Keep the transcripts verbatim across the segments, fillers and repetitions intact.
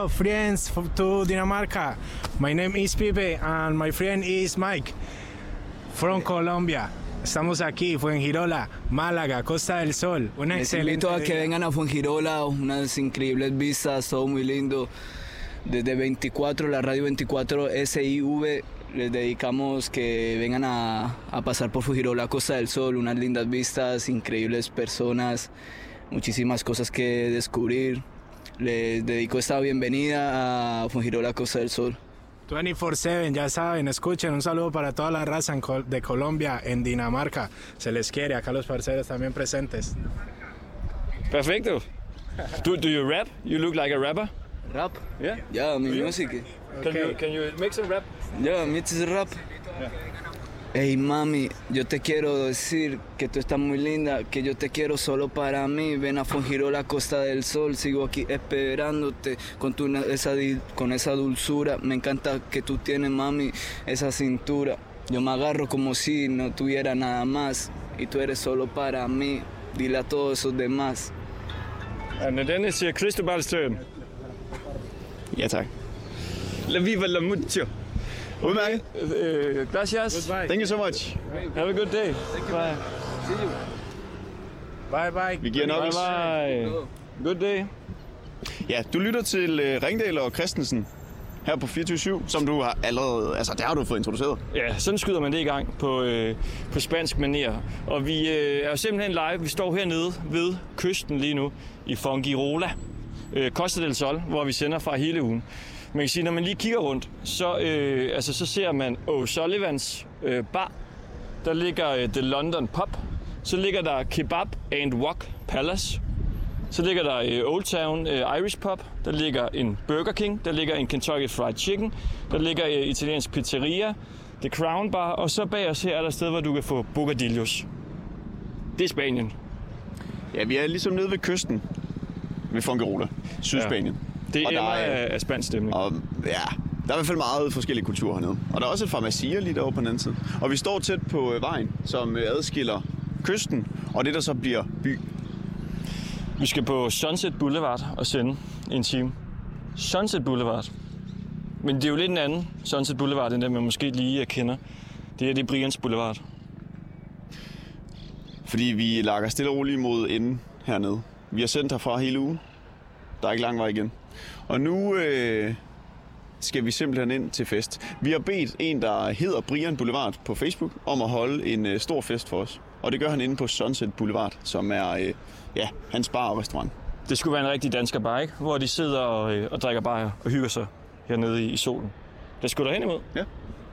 Hello, friends to Dinamarca. My name is Pipe and my friend is Mike from Colombia. Estamos aquí, Fuengirola, Málaga, Costa del Sol. Una Les excelente invito a que día. vengan a Fuengirola, unas increíbles vistas, todo muy lindo. Desde veinticuatro, la radio veinticuatro S I V, les dedicamos que vengan a, a pasar por Fuengirola, Costa del Sol, unas lindas vistas, increíbles personas, muchísimas cosas que descubrir. Les dedico esta bienvenida a Fuengirola, Costa del Sol. veinticuatro siete, ya saben, escuchen, un saludo para toda la raza en Col- de Colombia, en Dinamarca. Se les quiere, acá los parceros también presentes. Perfecto. Do, do you rap? You look like a rapper. Rap? Yeah. Ya, mi música. Can you can you make some rap? Ya, mi es rap. Hey mami, yo te quiero decir que tú estás muy linda, que yo te quiero solo para mí. Ven a Fuengirola, Costa del Sol, sigo aquí esperándote con, tu, esa, con esa dulzura. Me encanta que tú tienes, mami, esa cintura. Yo me agarro como si no tuviera nada más y tú eres solo para mí. Dile a todos esos demás. And then it's uh, Cristobal's turn. Ja, tak. La viva la mucho. Udmærket. Uh, gracias. Thank you so much. Have a good day. Bye. Bye bye. Vi giver nok. Bye bye. Good day. Ja, du lytter til uh, Ringdal og Christensen her på fireogtyve syv, som du har allerede, altså det har du fået introduceret. Ja, sådan skyder man det i gang på, øh, på spansk manér. Og vi øh, er jo simpelthen live. Vi står hernede ved kysten lige nu i Fuengirola, øh, Costa del Sol, hvor vi sender fra hele ugen. Man kan sige, når man lige kigger rundt, så, øh, altså, så ser man O'Sullivans øh, bar. Der ligger øh, The London Pub. Så ligger der Kebab and Wok Palace. Så ligger der øh, Old Town øh, Irish Pub. Der ligger en Burger King. Der ligger en Kentucky Fried Chicken. Der ligger øh, italiensk pizzeria. The Crown Bar. Og så bag os her er der et sted, hvor du kan få bocadillos. Det er Spanien. Ja, vi er ligesom nede ved kysten ved Fuengirola, Sydspanien. Det Og der emmer er- af, af spansk stemning. Og ja, der er i hvert fald meget forskellige kulturer hernede. Og der er også et farmacia lige derovre på den anden side. Og vi står tæt på øh, vejen, som øh, adskiller kysten og det, der så bliver by. Vi skal på Sunset Boulevard og sende i en time. Sunset Boulevard. Men det er jo lidt en anden Sunset Boulevard, end den man måske lige kender. Det er det Brians Boulevard. Fordi vi lakker stille og roligt mod enden hernede. Vi har sendt herfra hele ugen. Der er ikke lang vej igen. Og nu øh, skal vi simpelthen ind til fest. Vi har bedt en, der hedder Brian Boulevard på Facebook, om at holde en øh, stor fest for os. Og det gør han inde på Sunset Boulevard, som er øh, ja, hans bar og restaurant. Det skulle være en rigtig dansker bar, ikke? Hvor de sidder og, øh, og drikker bajer og hygger sig hernede i, i solen. Det skulle der hen imod. Ja.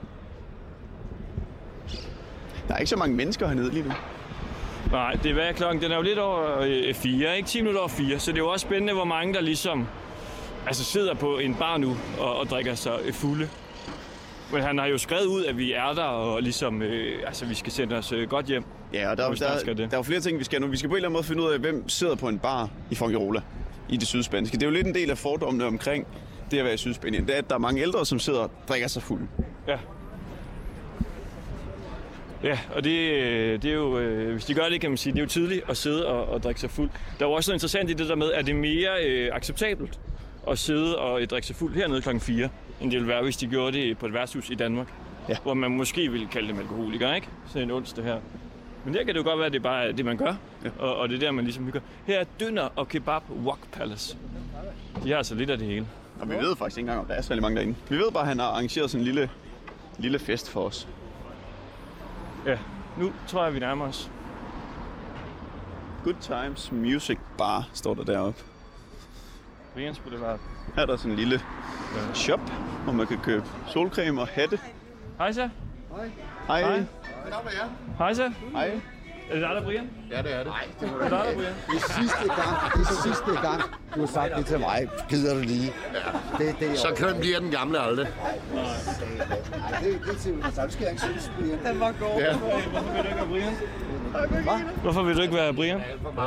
Der er ikke så mange mennesker hernede lige nu. Nej, det er hvad er klokken? Den er jo lidt over øh, fire, ikke? ti minutter over fire. Så det er jo også spændende, hvor mange der ligesom altså sidder på en bar nu og, og drikker sig øh, fulde. Men han har jo skrevet ud, at vi er der, og ligesom, øh, altså vi skal sende os øh, godt hjem. Ja, og der, Hvor vi snart der, skal der det. er jo flere ting, vi skal nu. Vi skal på en eller anden måde finde ud af, hvem sidder på en bar i Fuengirola i det sydspanske. Det er jo lidt en del af fordommene omkring det at være i Sydspanien. Det er, at der er mange ældre, som sidder og drikker sig fulde. Ja. Ja, og det, øh, det er jo, øh, hvis de gør det, kan man sige, det er jo tidligt at sidde og, og drikke sig fuld. Der er jo også noget interessant i det der med, at det er mere øh, acceptabelt at sidde og øh, drikke sig fuld hernede klokken fire, end det ville være, hvis de gjorde det på et værtshus i Danmark. Ja. Hvor man måske ville kalde dem alkoholikere, ikke? Sådan en onsdag her. Men der kan det jo godt være, at det er bare det, man gør. Ja. Og, og det er der, man ligesom hygger. Her er Døner og Kebab Wok Palace. De har altså lidt af det hele. Og vi ved faktisk ikke engang, om der er så mange derinde. Vi ved bare, at han har arrangeret sådan en lille, lille fest for os. Ja, nu tror jeg, vi nærmer os. Good Times Music Bar står der deroppe. Brians Boulevard. Her er der sådan en lille shop, hvor man kan købe solcreme og hatte. Hej så. Hej. Hej. Hej så. Hej. Er det dig, der Brian? Ja, det er det. Nej, det Er det dig, der Brian? Det er sidste gang, det er sidste gang, du har sagt det til mig. Gider du lige? Ja. Det, det er Så køn bliver den gamle aldrig. Nej, det, det er simpelthen så. Du skal ikke synes, Brian. Den var god. Ja. Hvorfor vil du ikke være Brian? Hvad? Hvorfor vil du ikke være Brian?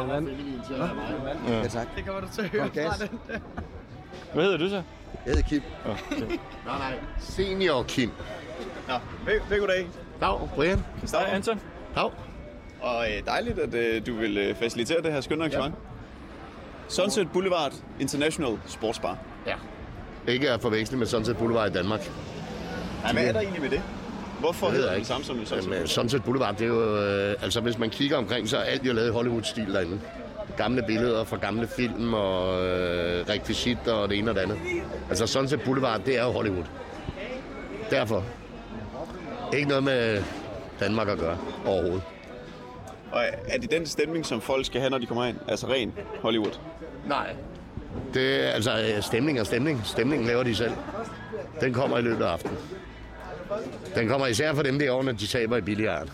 Ja, tak. Det kommer du til at høre fra den. Hvad hedder du så? Jeg hedder Kim. Nej, nej. Senior Kim. Nå, pæ- pæ goddag. Dag, Brian. Hej, Christoffer. Anton. Dag. Og øh, dejligt, at øh, du vil øh, facilitere det her skønne arrangement. Sunset Boulevard International Sportsbar. Ja. Ikke at forveksle med Sunset Boulevard i Danmark. Nej, hvad er der egentlig med det? Hvorfor Det ved hedder jeg det ikke. samme som i Sunset? Jamen, Sunset Boulevard, det er jo... Øh, altså, hvis man kigger omkring, så er alt jo lavet i Hollywood-stil derinde. Gamle billeder fra gamle film og øh, rekvisitter og det ene og det andet. Altså, Sunset Boulevard, det er jo Hollywood. Derfor. Ikke noget med Danmark at gøre overhovedet. Og er det den stemning, som folk skal have, når de kommer ind? Altså ren Hollywood? Nej. Det er altså stemning og stemning. Stemningen laver de selv. Den kommer i løbet af aftenen. Den kommer især for dem derovre, når de taber i billiard.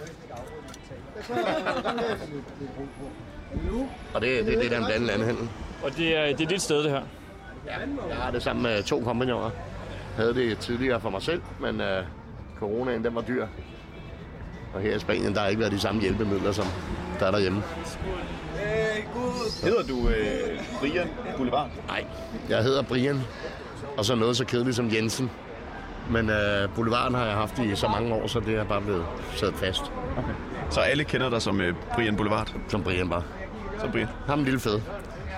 Og det, det er det, der er en blandet landhandel. Og det er, det er dit sted, det her? Ja, jeg har det sammen med to kompagnoner. Jeg havde det tidligere for mig selv, men uh, coronaen, den var dyr. Og her i Spanien, der har ikke været de samme hjælpemidler, som der er derhjemme. Hedder du øh, Brian Boulevard? Nej, jeg hedder Brian, og så noget så kedeligt som Jensen. Men uh, Boulevarden har jeg haft i så mange år, så det er bare blevet sat fast. Okay. Så alle kender dig som øh, Brian Boulevard? Som Brian bare. Som Brian? Ham en lille fed.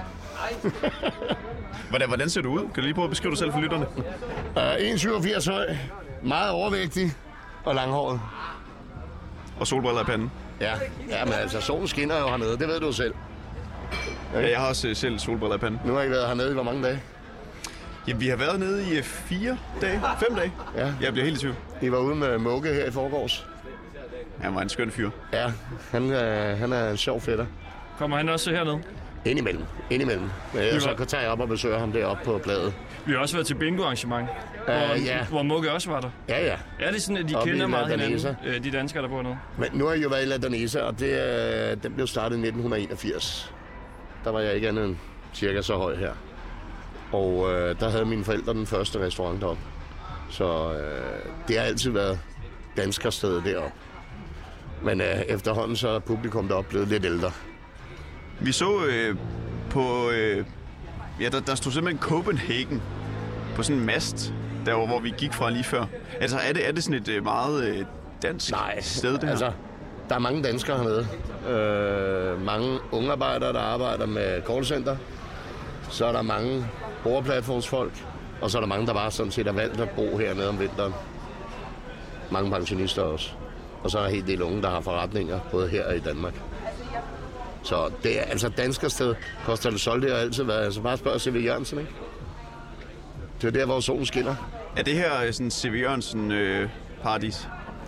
Hvordan, hvordan ser du ud? Kan du lige prøve at beskrive dig selv for lytterne? Uh, en komma syvogfirs høj, meget overvægtig og langhåret. Og solbriller i panden? Ja, ja, men altså solen skinner jo hernede, det ved du selv. Ja, jeg har også øh, selv solbriller i panden. Nu har I været hernede i hvor mange dage? Ja, vi har været nede i øh, fire dage, fem dage. Ja. Jeg bliver helt i tvivl. I var ude med Mugge her i forgårs. Han var en skøn fyr. Ja, han, øh, han er en sjov fætter. Kommer han også herned? Indimellem, indimellem. Men jeg, så tager jeg op og besøger ham deroppe på bladet. Vi har også været til bingo-arrangement, hvor, Uh, ja. hvor Mugge også var der. Ja, ja. Er det sådan, at de Oppe kender i meget La Danesa. hinanden, øh, de danskere, der bor nede? Men nu har jeg jo været i La Danesa, og det, øh, den blev startet i nitten enogfirs. Der var jeg ikke andet end cirka så høj her. Og øh, der havde mine forældre den første restaurant deroppe. Så øh, det har altid været danskerstedet deroppe. Men øh, efterhånden så er publikum deroppe blevet lidt ældre. Vi så øh, på... Øh, ja, der, der stod simpelthen Copenhagen på sådan en mast, der hvor vi gik fra lige før. Altså, er det, er det sådan et øh, meget øh, dansk Nej, sted, det her? altså, der er mange danskere hernede. Øh, mange ungarbejdere, der arbejder med callcenter. Så er der mange boreplatformsfolk. Og så er der mange, der bare sådan set har valgt at bo hernede om vinteren. Mange pensionister også. Og så er der en hel del unge, der har forretninger, både her og i Danmark. Så det er altså danskersted. Costa del Sol, det har altid været. Altså bare spørg C V Jørgensen, ikke? Det er der, hvor solen skinner. Er det her øh, sådan C V Jørgensen øh, paradis?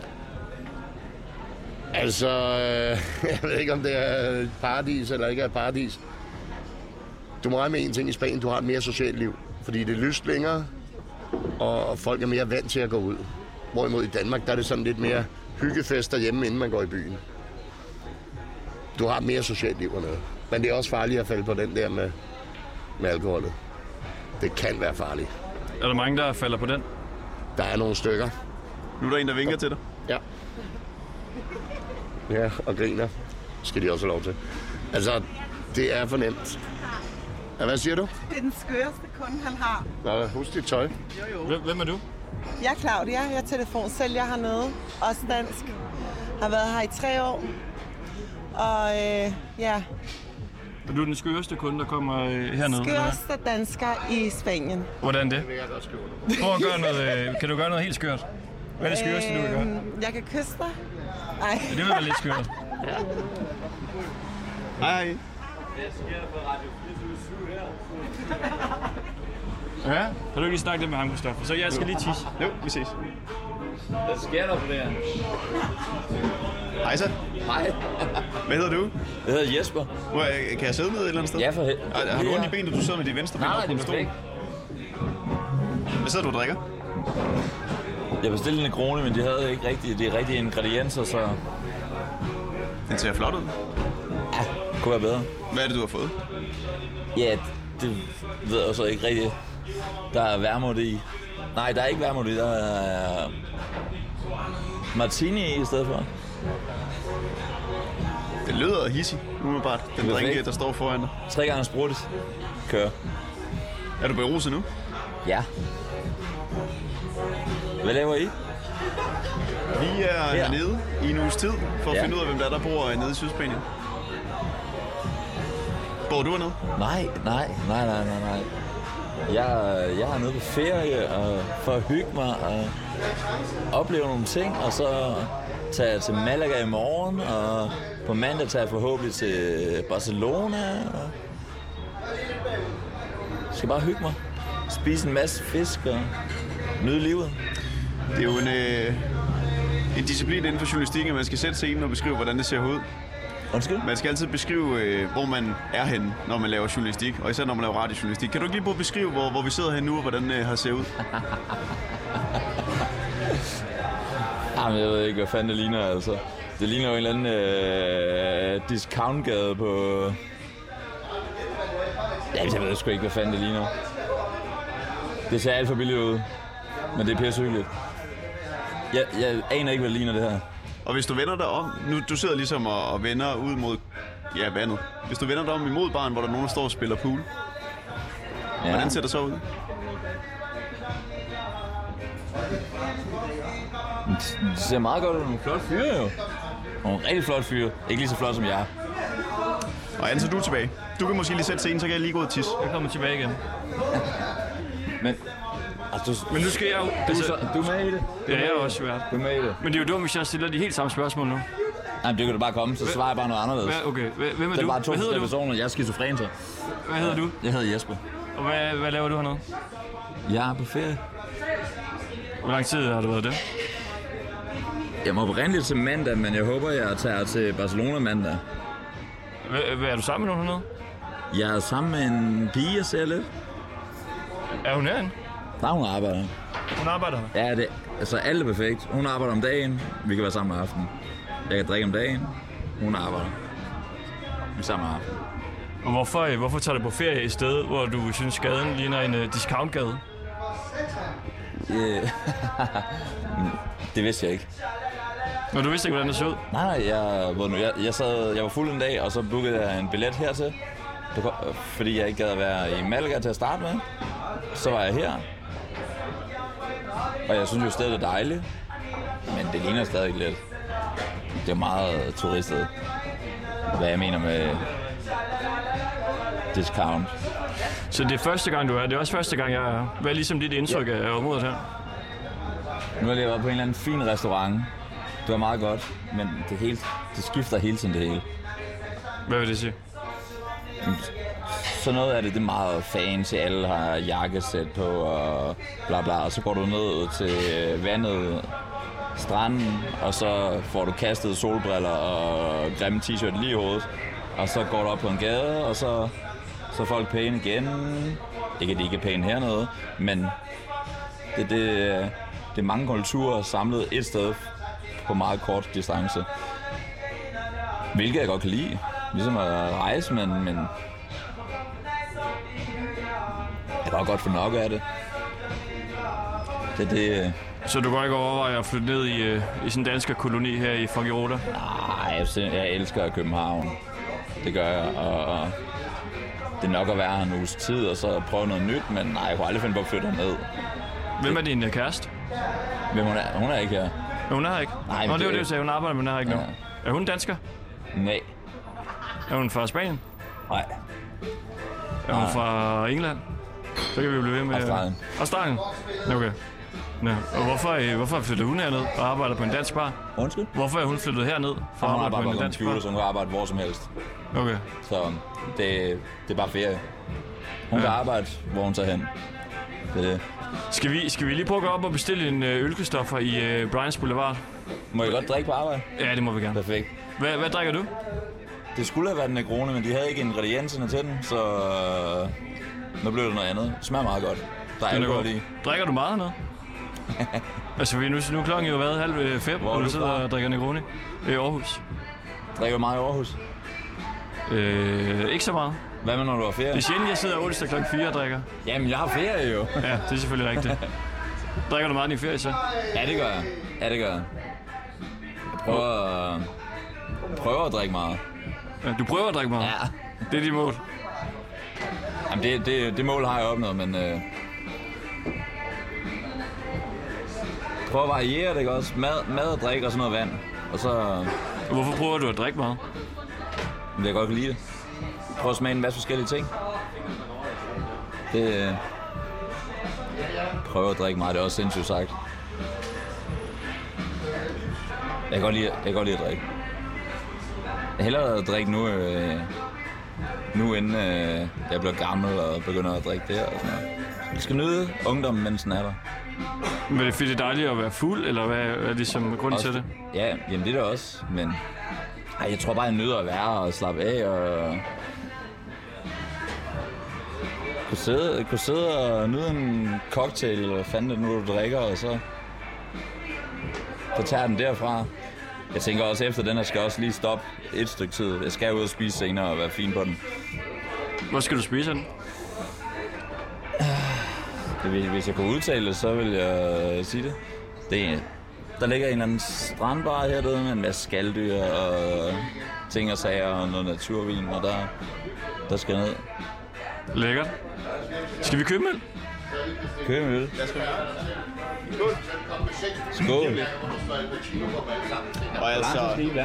Altså, øh, jeg ved ikke, om det er et paradis eller ikke er et paradis. Du må regne med en ting i Spanien, du har et mere socialt liv. Fordi det er lyst længere, og folk er mere vant til at gå ud. Hvorimod i Danmark, der er det sådan lidt mere hyggefest derhjemme, inden man går i byen. Du har et mere socialt liv hernede. Men det er også farligt at falde på den der med, med alkoholet. Det kan være farligt. Er der mange, der falder på den? Der er nogle stykker. Nu er der en, der vinker til dig. Ja. Ja, og griner. Skal de også have lov til. Altså, det er for nemt. Ja, hvad siger du? Det er den skøreste kunde, han har. Nå, husk dit tøj. Hvem, hvem er du? Jeg er Claudia, jeg er telefonsælger hernede. Også dansk. Har været her i tre år. Og øh, ja, Er du den skøreste kunde, der kommer øh, hernede? eller hvad? skørste dansker i Spanien. Hvordan det? vil jeg godt skrive. Prøv at gøre noget, øh, kan du gøre noget helt skørt? Hvad er det skørste, du vil gøre? Øhm, Jeg kan kysse dig. Nej. Det vil være lidt skørt. Hej. Ja? Kan du ikke lige snakke lidt med ham, Christoffer? Så jeg skal lige tisse. Jo, vi ses. Hvad sker der på det her? Hej så. Hej. Hvad hedder du? Jeg hedder Jesper. Hvor, øh, kan jeg sidde ned et eller andet sted? Ja, for helvede. Har, har du ondt i benet, du sidder med dit venstre ben Nej, op nej, på det en er stol? perfekt. Hvad sidder du og drikker? Jeg bestilte en Negroni, men de havde ikke rigtig de rigtige ingredienser, så Den ser flot ud. ja, det kunne være bedre. Hvad er det, du har fået? Ja, det ved jeg så ikke rigtigt. Der er vermouth i. Nej, der er ikke vermouth i. Der er martini i stedet for. Det lyder hissig, umiddelbart. Den Perfekt. drink, der står foran dig. Tre gange spruttet. Kør. Er du beruset nu? Ja. Hvad laver I? Vi er Her. hernede i en uges tid, for at Ja. finde ud af, hvem der er, der bor nede i Sydspanien. Bor du hernede? Nej, nej, nej, nej, nej, nej. Jeg, jeg er nede på ferie og for at hygge mig og opleve nogle ting, og så tager jeg til Malaga i morgen, og på mandag tager jeg forhåbentlig til Barcelona. Og skal bare hygge mig. Spise en masse fisk og nyde livet. Det er jo en, øh, en disciplin inden for journalistikken, at man skal sætte scenen og beskrive, hvordan det ser ud. Undskyld? Man skal altid beskrive, øh, hvor man er henne, når man laver journalistik, og især når man laver radiojournalistik. Kan du ikke lige prøve at beskrive, hvor, hvor vi sidder henne nu, og hvordan det øh, har set ud? Jamen, jeg ved ikke, hvad fanden det ligner, altså. Det ligner jo en eller anden øh, discountgade på... Ja, jeg ved sgu ikke, hvad fanden det ligner. Det ser alt for billigt ud, men det er pissehyggeligt. Jeg, jeg aner ikke, hvad det ligner, det her. Og hvis du vender dig om, nu du sidder ligesom og, og vender ud mod ja, vandet. Hvis du vender dig om imod baren, hvor der er nogen, der står og spiller pool, ja. Hvordan ser det så ud? Det ser meget godt ud. Nogle flotte fyre jo. Nogle rigtig flotte fyre. Ikke lige så flot som jeg. Og Anse, du er tilbage. Du kan måske lige sætte scenen, så kan jeg lige gå ud og tisse. Jeg kommer tilbage igen. Men... Altså, du, Men nu skal jeg jo... Du, Altså, du er med i det. Det er jeg også svært. Du er med i det. Men det er jo dumt, hvis jeg stiller de helt samme spørgsmål nu. Nej, det kan du bare komme, så svarer jeg bare noget anderledes. Hvad, okay, hvem er det er du? bare to hvad hedder du? personer. Jeg er skizofren, så. Hvad hedder du? Jeg hedder Jesper. Og hvad, hvad laver du hernede? Jeg er på ferie. Hvor lang tid har du været det? Jeg må oprindeligt til mandag, men jeg håber, jeg tager til Barcelona mandag. Hvad, hvad er du sammen med nogen hernede? Jeg er sammen med en pige, jeg ser lidt. Er hun herinde? Nej, hun arbejder. Hun arbejder her? Ja, det, altså alt er perfekt. Hun arbejder om dagen, vi kan være sammen om aftenen. Jeg kan drikke om dagen, hun arbejder. Vi er sammen om aftenen. Og hvorfor, hvorfor tager du på ferie i stedet, hvor du synes, gaden ligner en uh, discountgade? Yeah. Det vidste jeg ikke. Men du vidste ikke, hvordan det så ud? Nej, nej, jeg, nu, jeg, jeg, sad, jeg var fuld en dag, og så bookede jeg en billet hertil. Fordi jeg ikke gad at være i Malaga til at starte med. Så var jeg her. Og jeg synes jo, stedet er dejligt. Men det ligner stadig lidt. Det er meget turistet. Hvad jeg mener med discount. Så det er første gang, du er. Det er også første gang, jeg er. Hvad er ligesom dit indtryk af området her? Nu har jeg været på en eller anden fin restaurant. Det var meget godt, men det, hele, det skifter hele tiden det hele. Hvad vil det sige? Så noget af det, det er meget fancy. Alle har jakkesæt på og bla bla. Og så går du ned til vandet, stranden, og så får du kastet solbriller og grimme t-shirt lige i hovedet. Og så går du op på en gade, og så, så er folk pæne igen. Ikke at de ikke er pæne hernede, men det, det, det er mange kulturer samlet et sted på meget kort distance. Hvilket jeg godt kan lide. Ligesom at rejse, men, men jeg kan godt få nok af det. Det, det. Så du går ikke overveje at flytte ned i, i sådan en dansk koloni her i Fuengirola? Nej, jeg, jeg elsker København. Det gør jeg, og, og det er nok at være her en uges tid, og så prøve noget nyt, men nej, jeg kunne aldrig finde på at flytte ned. Hvem er din kæreste? Hvem hun er? Hun er ikke her. Hun er her ikke? Nej, Nå, det var det, det, du sagde. Hun arbejder, men hun er her ikke ja. nu. Er hun dansker? Nej. Er hun fra Spanien? Nej. Er hun nej. fra England? Så kan vi jo blive ved med... Australien. Australien? Okay. Ja. Og hvorfor, hvorfor flyttede hun herned og arbejder på en dansk bar? Undskyld? Hvorfor er hun flyttet herned for at arbejde på en dansk computer, bar? Så hun kan arbejde hvor som helst. Okay. Så det, det er bare ferie. Hun ja. kan arbejde, hvor hun tager hen. Det er det. Skal vi, skal vi lige prøve at gå op og bestille en øh, ølkristoffer i øh, Bryans Boulevard? Må jeg godt drikke på arbejde? Ja, det må vi gerne. Perfekt. Hvad, hvad drikker du? Det skulle have været en Negroni, men de havde ikke ingredienserne til den, så øh, nu blev det noget andet. Det smager meget godt. Der er alkohol i. Drikker du meget hernede? Altså, vi nu, nu er klokken jo været halv fem, og du sidder og drikker Negroni i Aarhus. Drikker du meget i Aarhus? Øh, ikke så meget. Hvad med, når du har ferie? Det er sjældent, jeg sidder onsdag klokken fire og drikker. Jamen, jeg har ferie jo. Ja, det er selvfølgelig rigtigt. Drikker du meget i din ferie, så? Ja, det gør jeg. Ja, det gør jeg. Jeg prøver, prøver at drikke meget. Ja, du prøver at drikke meget? Ja. Det er dit mål? Jamen, det, det, det mål har jeg opnået, men... Øh, prøv at variere det, ikke også? Mad, mad og drikke og sådan noget vand. Og så... Hvorfor prøver du at drikke meget? Jeg godt kan lide det. Prøv at smage en masse forskellige ting. Det, prøve at drikke meget, det er også sindssygt sagt. Jeg kan godt lide, jeg kan godt lide at drikke. Jeg hellere at drikke nu, øh, nu inden øh, jeg bliver gammel og begynder at drikke det og sådan noget. Jeg skal nyde ungdommen, mens den er der. Men er det fordi det er dejligt at være fuld, eller hvad er det som grund til det? Ja, jamen det er det også, men ej, jeg tror bare, jeg nyder at være og slappe af og kunne sidde, kunne sidde og nyde en cocktail, eller hvad fanden det nu du drikker, og så, så tager den derfra. Jeg tænker også efter den her skal også lige stoppe et stykke tid. Jeg skal ud og spise senere og være fin på den. Hvor skal du spise den? Hvis jeg kunne udtale det, så vil jeg sige det. det der ligger en eller anden strandbar hernede med en masse skalddyr og ting og sager og noget naturvin, og der, der skal ned. Lækkert. Skal vi købe en øl? Købe en øl? Skål. Og altså...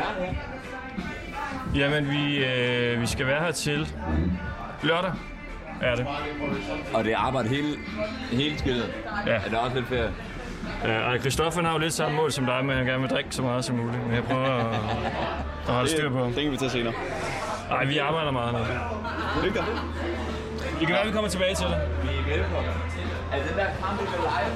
Jamen, vi, øh, vi skal være her til lørdag. Er det. Og det er arbejde hele, hele skidtet. Ja. Er det også lidt ferie? Ja, og Christoffer har jo lidt samme mål som dig, men han gerne vil drikke så meget som muligt. Men jeg prøver at, at holde styr på ham. Det kan vi tage senere. Nej, vi arbejder meget nu. Lykke. Det kan være, vi kommer tilbage til det. Vi er velkommen. Er det der kamp, vi vil lege?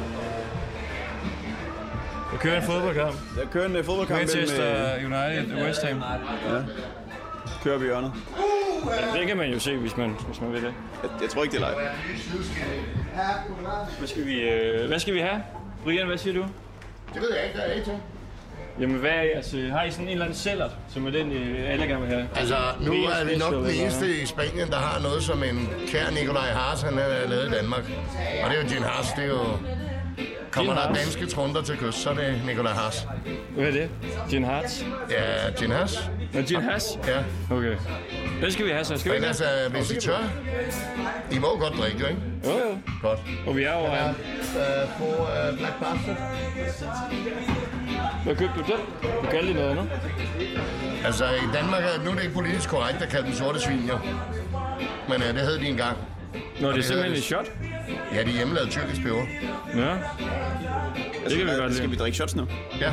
Jeg kører en fodboldkamp. Jeg kører en uh, fodboldkamp Manchester United og West Ham. Ja. Kører vi hjørnet. Ja, det kan man jo se, hvis man, hvis man vil det. Jeg, jeg tror ikke, det er live. Hvad skal vi, øh, hvad skal vi have? Brian, hvad siger du? Det ved jeg ikke, der er ikke til. Jamen, hvad er altså, har I sådan en eller anden cellert, som er den, alle gerne vil have? Altså, nu er vi nok den eneste i Spanien, der har noget, som en kær Nikolaj Haas, han har lavet i Danmark. Og det er jo Gin Haas, det er jo... Kommer der danske trunder til kyst, så er det Nikolaj Haas. Hvad er det? Gin Haas? Ja, Gin Haas. Nå, Gin Haas? Ja. Okay. Den skal vi have, så skal vi Men have. altså, hvis I tør, I må godt drikke, jo, ikke? Jo, jo. Godt. Og vi er over her. Uh, på uh, Black Bastard. Hvad købte du den? Du kaldte det noget andet. Altså, i Danmark er nu er det ikke politisk korrekt at kalde dem sorte svin, jo. Men uh, det hed de engang. Nå, det er simpelthen et shot? Ja, de er hjemmelavet tyrkisk peber. Ja. Det kan vi godt lide. Skal vi drikke shots nu? Ja.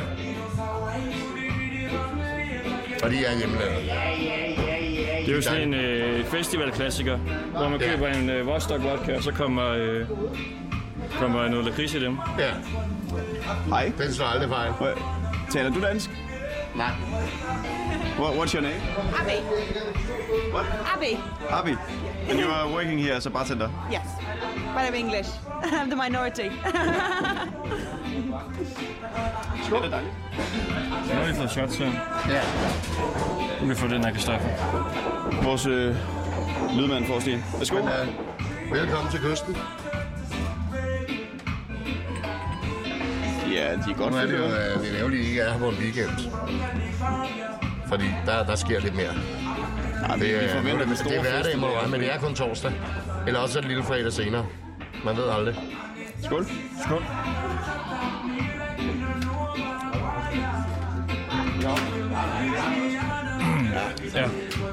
Og de er hjemmelavet. Det er jo sådan en øh, festivalklassiker, hvor man køber ja. en øh, Vostok vodka, og så kommer, øh, kommer noget lakrids i dem. Ja. Hej. Den slår aldrig fejl. Taler du dansk? Nej. What, what's your name? Abby. What? Abby. Abby. And you are working here as a bartender? Yes, but I'm English. I'm the minority. Skål. Det er dejligt. Nu har vi fået shots her. Ja. Nu kan vi få den her, Christoffer. Vores øh, lydmand får os lige. Værsgo. Men, uh, velkommen til kysten. Ja, de er godt Nu er det jo, fedt. uh, det er ærgerligt, at I ikke er her på en weekend. Fordi der, der sker lidt mere. Ja, vi, vi forventer med store det er hverdag, fester. må men det er kun torsdag. Eller også et lille fredag senere. Man ved aldrig. Skål. Skål. Ja.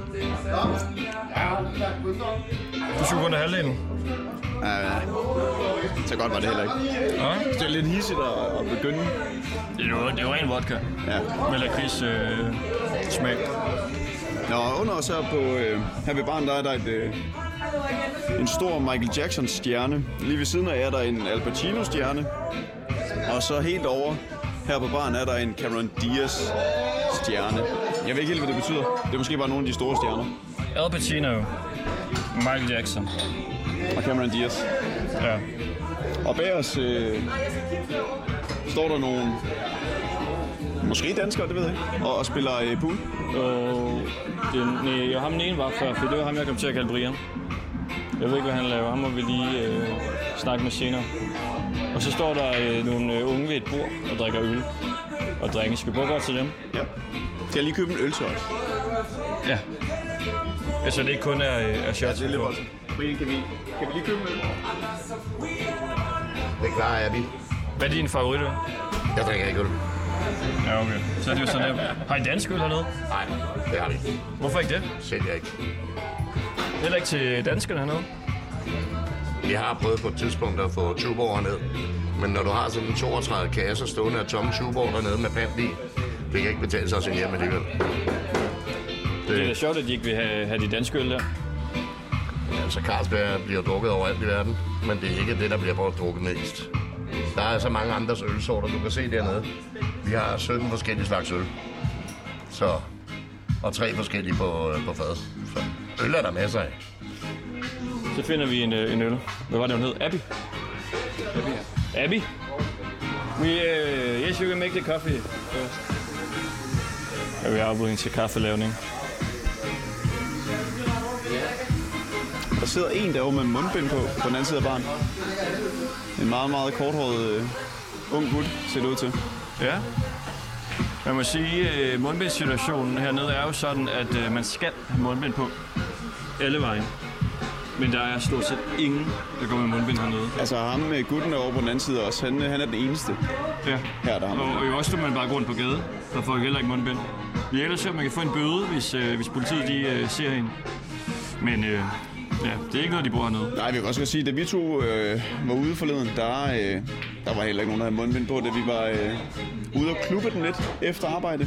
Du skulle kun have halvdelen. Ja, ja. Så godt var det heller ikke. Ja. Det er lidt hissigt at, at begynde. Det er jo, det er jo ren vodka. Ja. Med lakrids øh, smag. Nå, under os her på øh, her ved baren, der er der et, øh, en stor Michael Jackson stjerne. Lige ved siden af er der en Al Pacino stjerne. Og så helt over her på baren er der en Cameron Diaz stjerne. Jeg ved ikke helt, hvad det betyder. Det er måske bare nogle af de store stjerner. Al Pacino, Michael Jackson og Cameron Diaz. Ja. Og bag os øh, står der nogle, måske danskere, det ved jeg ikke, og, og spiller øh, pool. Og det, nej, jeg ham den ene var før, for det var ham, jeg kom til at kalde Brian. Jeg ved ikke, hvad han laver. Ham må vi lige øh, snakke med senere. Og så står der øh, nogle øh, unge ved et bord og drikker øl og drikke. Skal vi prøve godt til dem? Ja. Skal jeg lige købe en øl til os? Ja. Altså, det ikke kun er, er shots. Ja, det er lidt voldsomt. Brian, kan vi, kan vi lige købe en øl? Det er klar, Abby. Hvad er din favorit? Jeg drikker ikke øl. Ja, okay. Så er det jo sådan nemt. Har I dansk øl hernede? Nej, det har vi ikke. Hvorfor ikke det? Sælger ikke. Heller ikke til danskerne hernede? Vi har prøvet på et tidspunkt at få Tuborg ned, Men når du har sådan en toogtredive kasser stående af tomme Tuborg dernede med pant i, det kan ikke betale sig at sende hjem alligevel. Det, det er da sjovt, at de ikke vil have, have de danske øl der. Ja, altså Carlsberg bliver drukket overalt i verden, men det er ikke det, der bliver brugt drukket mest. Der er så mange andre ølsorter, du kan se dernede. Vi har sytten forskellige slags øl. Så, og tre forskellige på, på fad. Så øl er der masser af. Så finder vi en, en øl. Hvad var det, hun hed? Abby? Abby, ja. Abby? We, uh, yes, you can make the coffee first. Ja, vi afbryder hende til kaffelavning. Der sidder en derovre med mundbind på, på den anden side af baren. En meget, meget korthåret uh, ung gut, ser det ud til. Ja. Man må sige, at uh, mundbindssituationen hernede er jo sådan, at uh, man skal have mundbind på alle vejen. Men der er stort set ingen, der går med mundbind hernede. Altså ham med gutten derovre på den anden side også, han, han er den eneste. Ja. Her, der har og, og jo også, når man bare går rundt på gade, der får heller ikke mundbind. Vi er ellers at man kan få en bøde, hvis, øh, hvis politiet de, øh, ser hende. Men øh, ja, det er ikke noget, de bruger hernede. Nej, vi kan også sige, at da vi to øh, var ude forleden, der, øh, der var heller ikke nogen, der havde mundbind på, da vi var øh, ude og klubbe den lidt efter arbejde.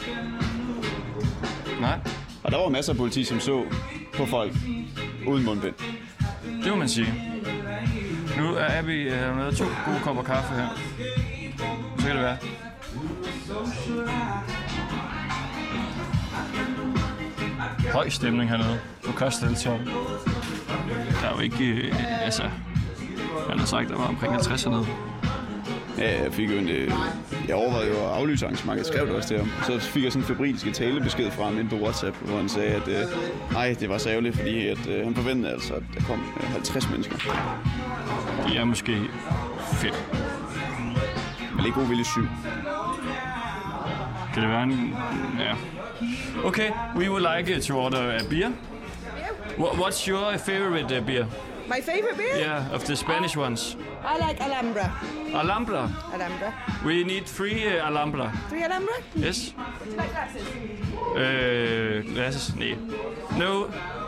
Nej. Og der var masser af politi, som så på folk uden mundbind. Det må man sige. Nu er Abby øh, med to gode kopper kaffe her. Så kan det være. Høj stemning hernede på Costa del Sol. Der er jo ikke, øh, altså, han har sagt, der var omkring halvtreds hernede. Ja, jeg fik jo en, øh, jeg overvejede jo at aflyse arrangementet, jeg skrev det også til ham. Så fik jeg sådan en febrilsk talebesked fra ham inde på WhatsApp, hvor han sagde, at øh, nej, det var så ærgerligt, fordi at, øh, han forventede altså, at der kom øh, halvtreds mennesker. De er måske fem. Men ikke god vilje syv. Kan det være en... Ja. Okay, we would like to order a beer. What's your favorite uh, beer? My favorite beer? Yeah, of the Spanish ones. I like Alhambra. Alhambra? Alhambra. We need three uh, Alhambra. Three Alhambra? Yes. Like glasses? Uh, glasses? Nee. No.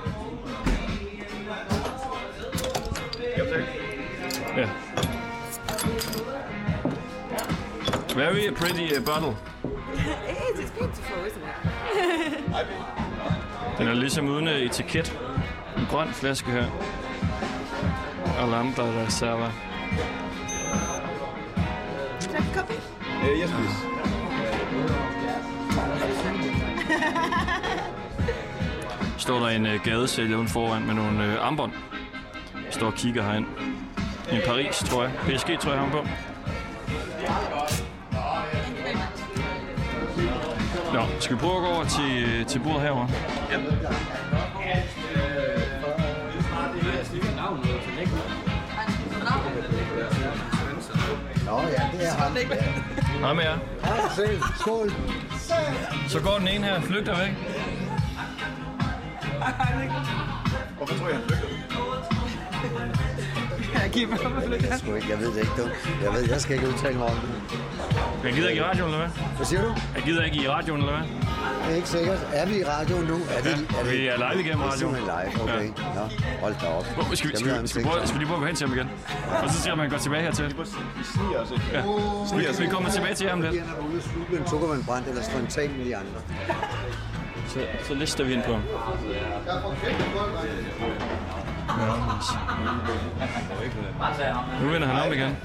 Yeah. Very pretty uh, bottle. It is, it's beautiful, isn't it? Den er ligesom uden etiket. En grøn flaske her. Alhambra Reserva. Like a copy? Uh, yes, please. Står der en uh, gadesælger uden foran med nogle uh, armbånd. Står og kigger herind. I Paris, tror jeg. P S G, tror jeg, han på. Nå, skal vi prøve at gå over til, til bordet herovre? Ja. Nå ja, det er ham. Hej med jer. Hej selv. Skål. Så går den ene her, flygter væk. Hvorfor tror jeg, han flygter? Jeg ved det ikke, du. Jeg ved, jeg skal ikke udtale mig om det. Jeg gider ikke i radioen, eller hvad? Hvad siger du? Jeg gider ikke i radioen, eller hvad? Det er ikke sikkert. Er vi i radioen nu? Er det, Ja, er det, vi er live igennem radioen. Det er live, okay. Ja. Nå, hold da op. Hvor, skal, vi, skal, vi, skal, vi prøve, skal vi lige prøve at gå hen til ham igen? Og så ser man, at han går tilbage hertil. Vi sniger os ikke. Ja. Vi, vi kommer tilbage til ham lidt. Når man er ude at sluge en sukkervandbrændt eller spontan med de andre. Så, så lister vi ind på ham. Ja, nu vender han om igen.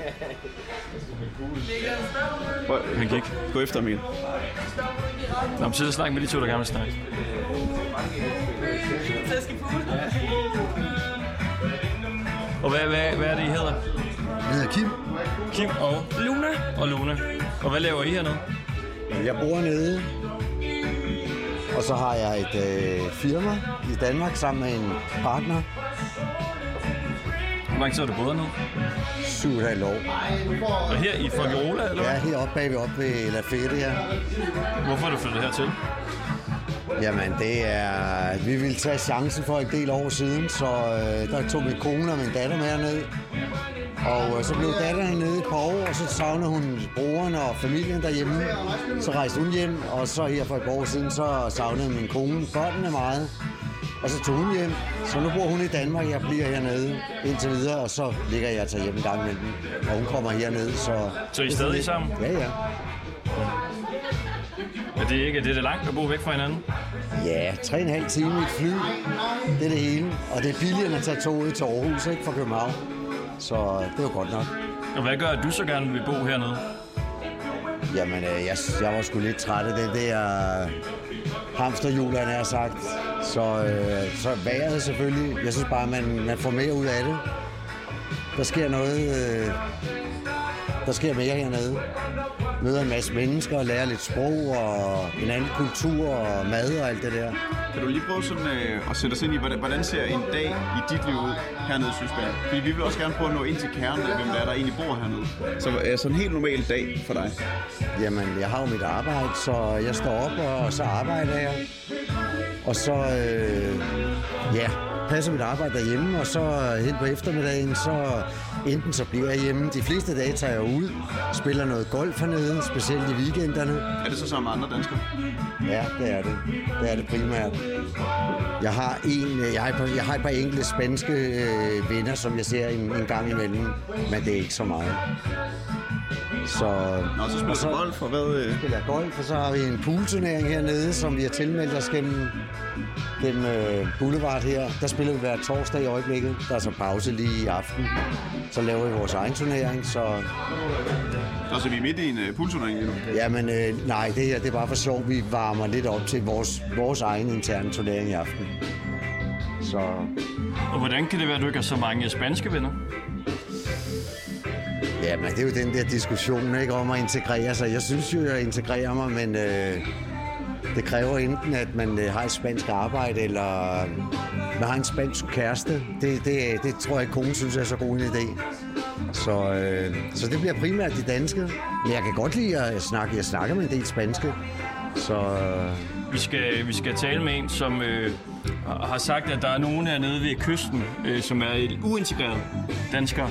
Han gik. Gå efter ham igen. Nå, men så er snak med de to, der gerne vil snakke. Og hvad, hvad, hvad er det, I hedder? Jeg hedder Kim. Kim og Luna. Og Luna. Og hvad laver I hernede? Jeg bor nede. Og så har jeg et øh, firma i Danmark sammen med en partner. Hvor lang tid har du boet nu? Syv og et halvt år. Og her i Fuengirola, eller hvad? Ja, heroppe bagved op ved La Fete her. Hvorfor er du flyttet hertil? Jamen, det er... Vi ville tage chancen for en del år siden, så øh, der tog min kone og min datter med herned. Og øh, så blev datteren nede et par år, og så savnede hun broren og familien derhjemme. Så rejste hun hjem, og så her for et par år siden, så savnede min kone børnene meget. Og så tog hun hjem. Så nu bor hun i Danmark, jeg bliver hernede indtil videre, og så ligger jeg til hjem en gang imellem. Og hun kommer hernede, så... Så I er stadig sammen? Ja, ja. Er det ikke det er det langt at bo væk fra hinanden? Ja, tre og en halv time i et fly. Det er det hele. Og det er billigere at tage toget til Aarhus, ikke, fra København. Så det er jo godt nok. Og hvad gør, at du så gerne vil bo hernede? Jamen, jeg, jeg var sgu lidt træt af det der hamsterhjul, han har sagt. Så, øh, så vejret selvfølgelig. Jeg synes bare, man, man får mere ud af det. Der sker noget... Øh, der sker mere hernede. Møder en masse mennesker og lærer lidt sprog og en anden kultur og mad og alt det der. Kan du lige prøve sådan, øh, at sætte os ind i, hvordan, hvordan ser en dag i dit liv ud hernede i Sydspanien? Fordi vi vil også gerne prøve at nå ind til kernen af, hvem der er, der egentlig bor hernede. Så er sådan en helt normal dag for dig? Jamen, jeg har jo mit arbejde, så jeg står op, og så arbejder jeg. Og så, øh, ja, passer mit arbejde derhjemme, og så hen på eftermiddagen, så enten så bliver jeg hjemme. De fleste dage tager jeg ud, spiller noget golf hernede, specielt i weekenderne. Er det så sammen med andre danskere? Ja, det er det. Det er det primært. Jeg har, en, jeg har, et, par, jeg har et par enkelte spanske øh, venner, som jeg ser en, en gang imellem, men det er ikke så meget. Så, Nå, så spiller du golf, og hvad? Øh... spiller golf, og så har vi en poolturnering hernede, som vi har tilmeldt os gennem, gennem øh, Boulevard her. Der spiller vi hver torsdag i øjeblikket. Der er så pause lige i aften. Så laver vi vores egen turnering, så... Altså, vi er midt i en uh, poolturnering lige nu? Jamen, øh, nej, det her det er bare for sjov. Vi varmer lidt op til vores, vores egen interne turnering i aften. Så... Og hvordan kan det være, at du ikke har så mange spanske venner? Ja, men det er jo den der diskussion, ikke, om at integrere sig. Jeg synes jo, jeg integrerer mig, men øh, det kræver enten, at man øh, har et spansk arbejde, eller man har en spansk kæreste. Det, det, det tror jeg ikke, konen synes er så god en idé. Så, øh, så det bliver primært de danske. Men jeg kan godt lide at snakke. Jeg snakker med en del spanske. Så... Øh... Vi skal, vi skal tale med en, som øh, har sagt, at der er nogen hernede ved kysten, øh, som er uintegreret danskere.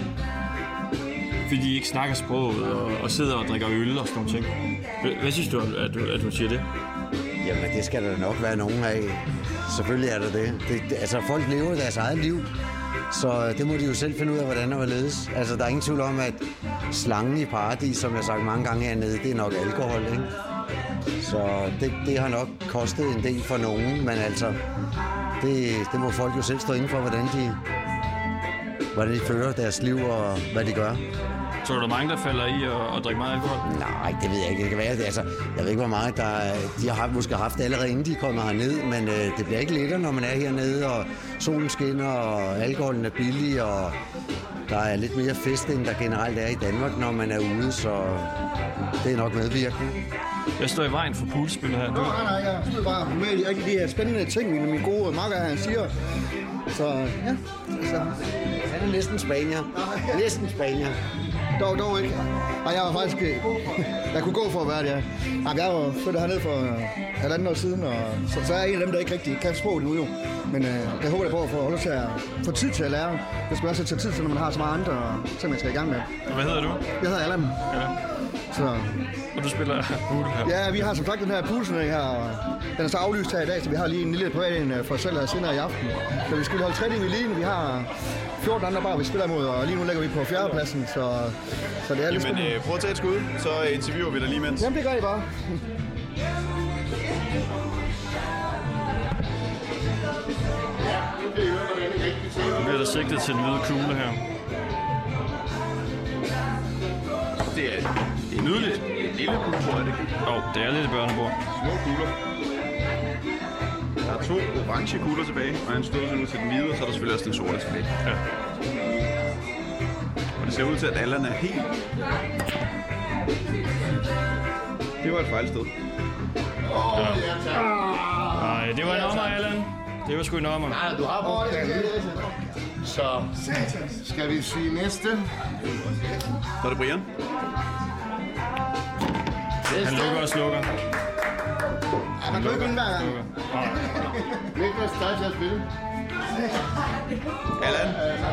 Fordi de ikke snakker sproget og, og sidder og drikker øl og sådan nogle ting. Hvad, hvad synes du, at du, at du siger det? Jamen, det skal der nok være nogen af. Selvfølgelig er der det. det, det altså, folk lever deres eget liv, så det må de jo selv finde ud af, hvordan og hvorledes. Altså, der er ingen tvivl om, at slangen i paradis, som jeg har sagt mange gange hernede, det er nok alkohol, ikke? Så det, det har nok kostet en del for nogen, men altså, det, det må folk jo selv stå inden for, hvordan de... hvordan de fører deres liv og hvad de gør. Så er der mange, der falder i at, at drikke meget alkohol? Nej, det ved jeg ikke. Det kan være, det, altså, jeg ved ikke, hvor meget der, de har måske haft allerede, inden de kommer herned, men øh, det bliver ikke lettere, når man er hernede, og solen skinner, og alkoholen er billig, og der er lidt mere fest, end der generelt er i Danmark, når man er ude, så det er nok medvirkende. Jeg står i vejen for poolspil her. Nå, nej, nej, jeg synes bare med alle de her spændende ting, mine, mine gode makker, han siger. Så ja, altså. Han er næsten spanier. Næsten spanier. Dog, dog ikke. Og jeg var faktisk... Jeg kunne gå for at være det, ja. Jamen, jeg var flyttet herned for uh, halvanden år siden, og så, så er jeg en af dem, der ikke rigtig kan sproget nu jo. Men uh, jeg håber da på at få, til at få tid til at lære. Det skal også tage tid til, når man har så mange andre ting, man skal i gang med. Og hvad hedder du? Jeg hedder Allan. Ja. Så... Og du spiller pool her? Ja, vi har som sagt den her poolturnering her, og den er så aflyst her i dag, så vi har lige en lille privat en for os selv her senere i aften. Så vi skal holde træning i lige, vi har fjorten andre bare, vi spiller imod, og lige nu ligger vi på fjerdepladsen, så, så det er lidt spændende. Jamen, øh, prøv at tage et skud, så interviewer vi dig lige mens. Jamen, det gør I bare. Nu bliver der sigtet til den hvide kugle her. Det er, det er nydeligt. Det er et lille kuglebord, er det ikke? Jo, oh, det er lidt et børnebord. Små kugler. Der er to orange kugler tilbage, og en stod ud til den hvide, og så er der selvfølgelig også den sorte tilbage. Ja. Og det ser ud til, at Allan er helt... Det var et fejlsted. Ja. Nej, det var en ommer, Allan. Det var sgu en ommer. Nej, du har brugt den. Så skal vi sige næste. Så er det Brian. Han lukker og slukker. Ja, man kan ikke undvære. Niklas, dig til at spille. Allan,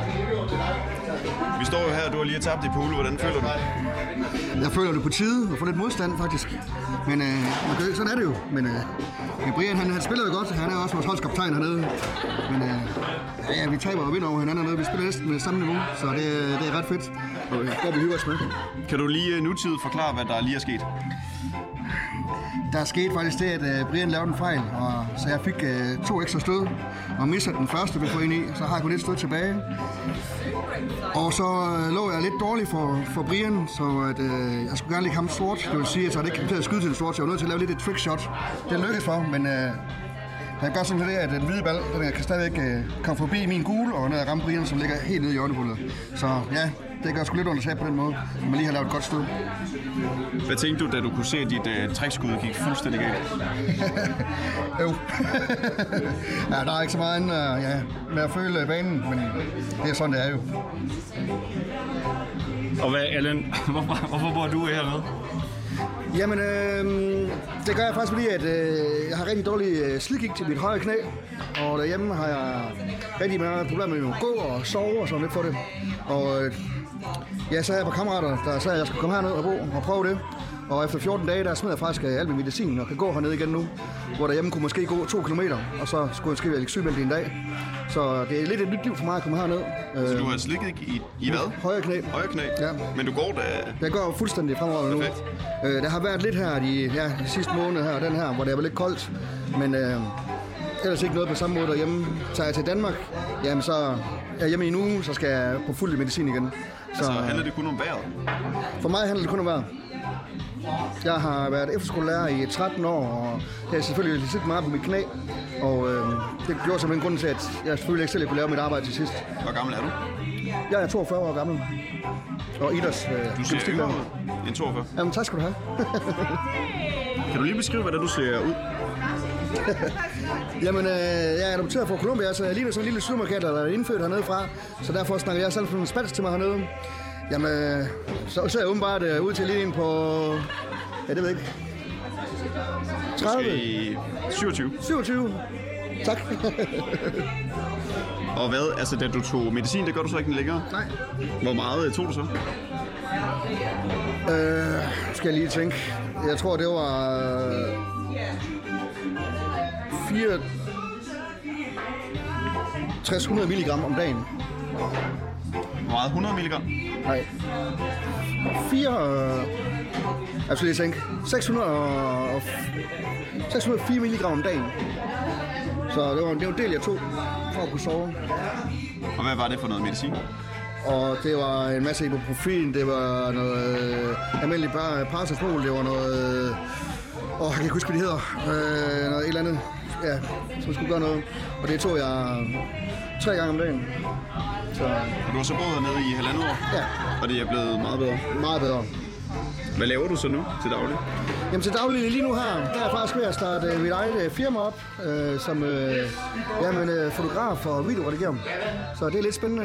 vi står jo her, du har lige tabt i pool. Hvordan føler du? Jeg føler det på tide at få lidt modstand, faktisk. Men øh, man kan, sådan er det jo. Men øh, Brian, han, han spiller jo godt. Han er også vores holdskaptajn hernede. Men øh, ja, vi taber og vinder over hinanden hernede. Vi spiller næsten med samme niveau, så det, det er ret fedt. Og det går vi hygger os med. Kan du lige nutid forklare, hvad der lige er sket? Der er sket faktisk det, at uh, Brian lavede en fejl, og så jeg fik uh, to ekstra stød, og mistede den første, vi får ind i, så har jeg kun et stød tilbage. Og så uh, lå jeg lidt dårligt for, for Brian, så at, uh, jeg skulle gerne lægge ham sort. Det vil sige, at jeg ikke kom til at skyde til den sort, så jeg var nødt til at lave lidt et trickshot. Det lykkedes for, men uh, han gør sådan det, at den hvide ball den kan stadigvæk uh, komme forbi min gule, og når jeg rammer Brian, som ligger helt nede i hjørnehullet. Så ja, det gør sgu lidt under på den måde, at man lige har lavet et godt stød. Hvad tænkte du, da du kunne se, at dit uh, trækskud gik fuldstændig galt? Jo. Ja, der er ikke så meget andet uh, ja, med at føle banen, men det er sådan, det er jo. Og hvad, Allan, hvorfor, hvorfor bor du hernede? Jamen, øh, det gør jeg faktisk fordi, at øh, jeg har rigtig dårlig øh, slidgigt til mit højre knæ. Og derhjemme har jeg rigtig meget problemer med at gå og sove og sådan lidt for det. Og øh, ja, så havde jeg på kammerater, der sagde, at jeg skulle komme herned og bo og prøve det. Og efter fjorten dage, der smed jeg faktisk al min medicin og kan gå hernede igen nu. Hvor derhjemme kunne måske gå to kilometer, og så skulle jeg skrive sygemeldt i en dag. Så det er lidt et nyt liv for mig at komme herned. Så du har slikket i, i hvad? Højre knæ. Højre knæ? Ja. Men du går da... Jeg går fuldstændig fremover nu. Øh, der har været lidt her de, ja, de sidste måneder her, den her, hvor det er lidt koldt. Men øh, ellers ikke noget på samme måde derhjemme. Tager jeg til Danmark, jamen så er jeg hjemme i en uge, så skal jeg på fuld medicin igen. Så altså, handler det kun om vejret? For mig handler det kun om vejret. Jeg har været efterskolelærer i tretten år, og jeg har selvfølgelig siddet meget på mit knæ. Og øh, det gjorde simpelthen grunden til, at jeg selvfølgelig ikke selv kunne lave mit arbejde til sidst. Hvor gammel er du? Jeg er toogfyrre år gammel. Og idræts... Øh, du ser yngre ud end toogfyrre. Jamen, tak skal du have. Kan du lige beskrive, hvordan du ser ud? Jamen, øh, jeg er adopteret fra Colombia, så jeg ligner sådan en lille sydmarkat, der er indfødt hernede fra. Så derfor snakker jeg selv sådan spansk til mig hernede. Jamen, øh, så ser jeg åbenbart øh, ud til lige ind på... Ja, det ved jeg ikke. tredive? syvogtyve. syvogtyve. Tak. Og hvad? Altså, da du tog medicin, det gør du så ikke længere? Nej. Hvor meget tog du så? Øh, skal jeg lige tænke. Jeg tror, det var... fire tres til hundrede milligram om dagen. Hvor meget? hundrede milligram? Nej. fire... Øh, jeg skal lige tænke. seks hundrede og seks hundrede og fire milligram om dagen. Så det var, det var en del, jeg tog for at kunne sove. Og hvad var det for noget medicin? Og det var en masse ibuprofen, det var noget øh, almindeligt bare paracetamol, det var noget... Åh, oh, jeg kan ikke huske, hvad det hedder. Øh, noget et eller andet, ja, som skulle gøre noget. Og det tog jeg tre gange om dagen. Så... Og du har så boet hernede i halvandet år? Ja. Og det er blevet meget bedre? Meget bedre. Hvad laver du så nu til daglig? Jamen til daglig lige nu her, der er jeg faktisk ved at starte øh, mit eget øh, firma op, øh, som øh, jamen, øh, fotograf og videoredigerer. Så det er lidt spændende.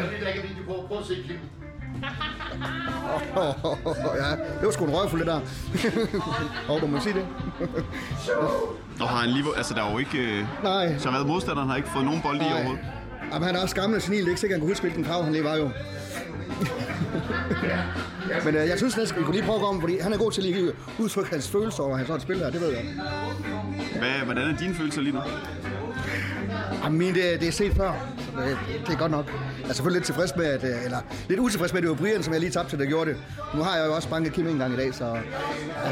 Oh, oh, oh, ja, det var sgu en røgfuld det der. Åh, må man sige det? Og har han lige... Altså, der er jo ikke... Øh... Nej. Så hvad, modstanderen har ikke fået nogen bold i overhovedet? Jamen, han er også gammel og senil. Det er ikke sikkert, han kunne huske, hvilken krav han lige var jo. Men øh, jeg synes næsten, vi kunne lige prøve at gå om, fordi han er god til lige at udtrykke hans følelser over hans sådan et spil her, det ved jeg. Hvad, hvordan er dine følelser lige nu? Jamen, min, det, det er set før, så det, det er godt nok. Jeg er selvfølgelig lidt tilfreds med, at, eller lidt utilfreds med, at det var Brian, som jeg lige tabte til, der gjorde det. Nu har jeg jo også banket Kim en gang i dag, så... Ja.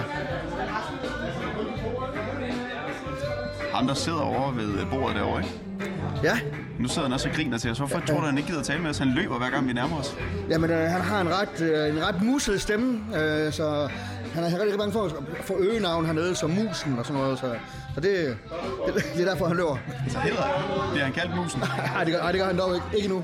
Ham, der sidder over ved bordet derovre, ikke? Ja. Nu sidder han også og griner til os. Hvorfor tror du, han ikke gider tale med os? Han løber hver gang, vi nærmer os. Jamen, øh, han har en ret, øh, en ret muset stemme, øh, så han er rigtig bange for at få øgenavn hernede som musen og sådan noget. Så, så det, det, det er derfor, han løber. Så hedder det? Bliver han kaldt musen? Nej, det, det gør han dog ikke. Ikke endnu.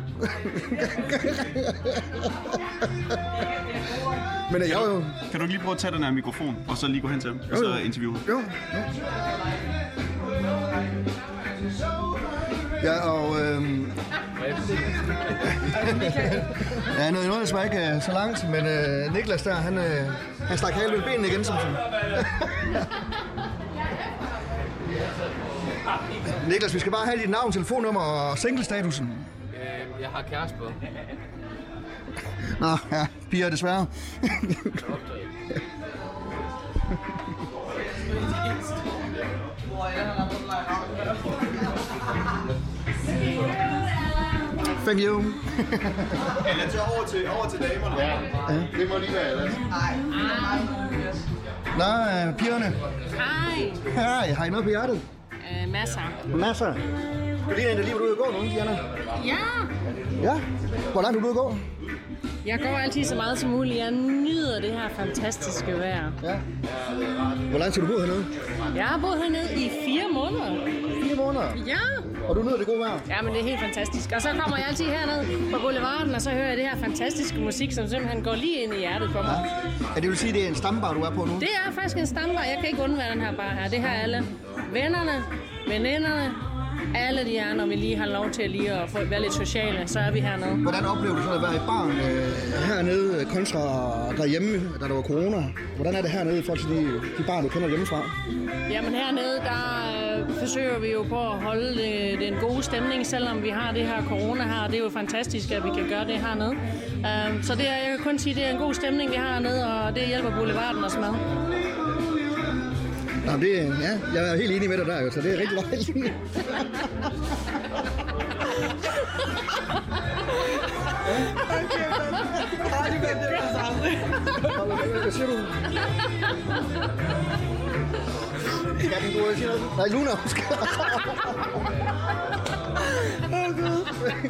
Men øh, jo, jo. Kan du lige prøve at tage den her mikrofon, og så lige gå hen til ham, og så interviewe? Jo, jo. Ja, og øhm... ja, noget, noget smager ikke så langt, men øh, Niklas der, han, øh, han stak halen ved benene igen, som sådan. Niklas, vi skal bare have dit navn, telefonnummer og singlestatusen. Øh, jeg har kæreste på. Nå, ja, piger desværre. Thank you. Eller til over til, over til damerne. Ja, det må lige være ellers. Nå, øh, pigerne. Hej. Hej, har I noget på hjertet? Øh, masser. Masser. Du ligner en, der lige var ude at gå nu, Diana. Ja. Ja? Hvor langt er du ude at gå? Jeg går altid så meget som muligt. Jeg nyder det her fantastiske vejr. Ja. Hvor lang tid har du boet hernede? Jeg har boet hernede i fire måneder. Fire måneder? Ja. Og du nyder det gode vejr? Ja, men det er helt fantastisk. Og så kommer jeg altid herned på boulevarden, og så hører jeg det her fantastiske musik, som simpelthen går lige ind i hjertet på mig. Ja, det vil sige, at det er en stambar, du er på nu? Det er faktisk en stambar. Jeg kan ikke undvære den her bar her. Det her er alle vennerne, veninderne, alle de er, når vi lige har lov til at lige at få, være lidt sociale, så er vi hernede. Hvordan oplever du så at være i baren øh, hernede kontra derhjemme, da der var corona? Hvordan er det hernede i forhold til de, de bar, du kender hjemmefra? Jamen hernede, der øh, forsøger vi jo på at holde det, den gode stemning, selvom vi har det her corona her. Det er jo fantastisk, at vi kan gøre det hernede. Uh, så det er, jeg kan kun sige, at det er en god stemning, vi har hernede, og det hjælper boulevarden os med. Nå, det, ja, jeg er helt enig med dig der, jo, så det er rigtig dejligt. Hvad siger du? Skal den gå og sige noget? Nej, Luna, husk. Åh, Gud.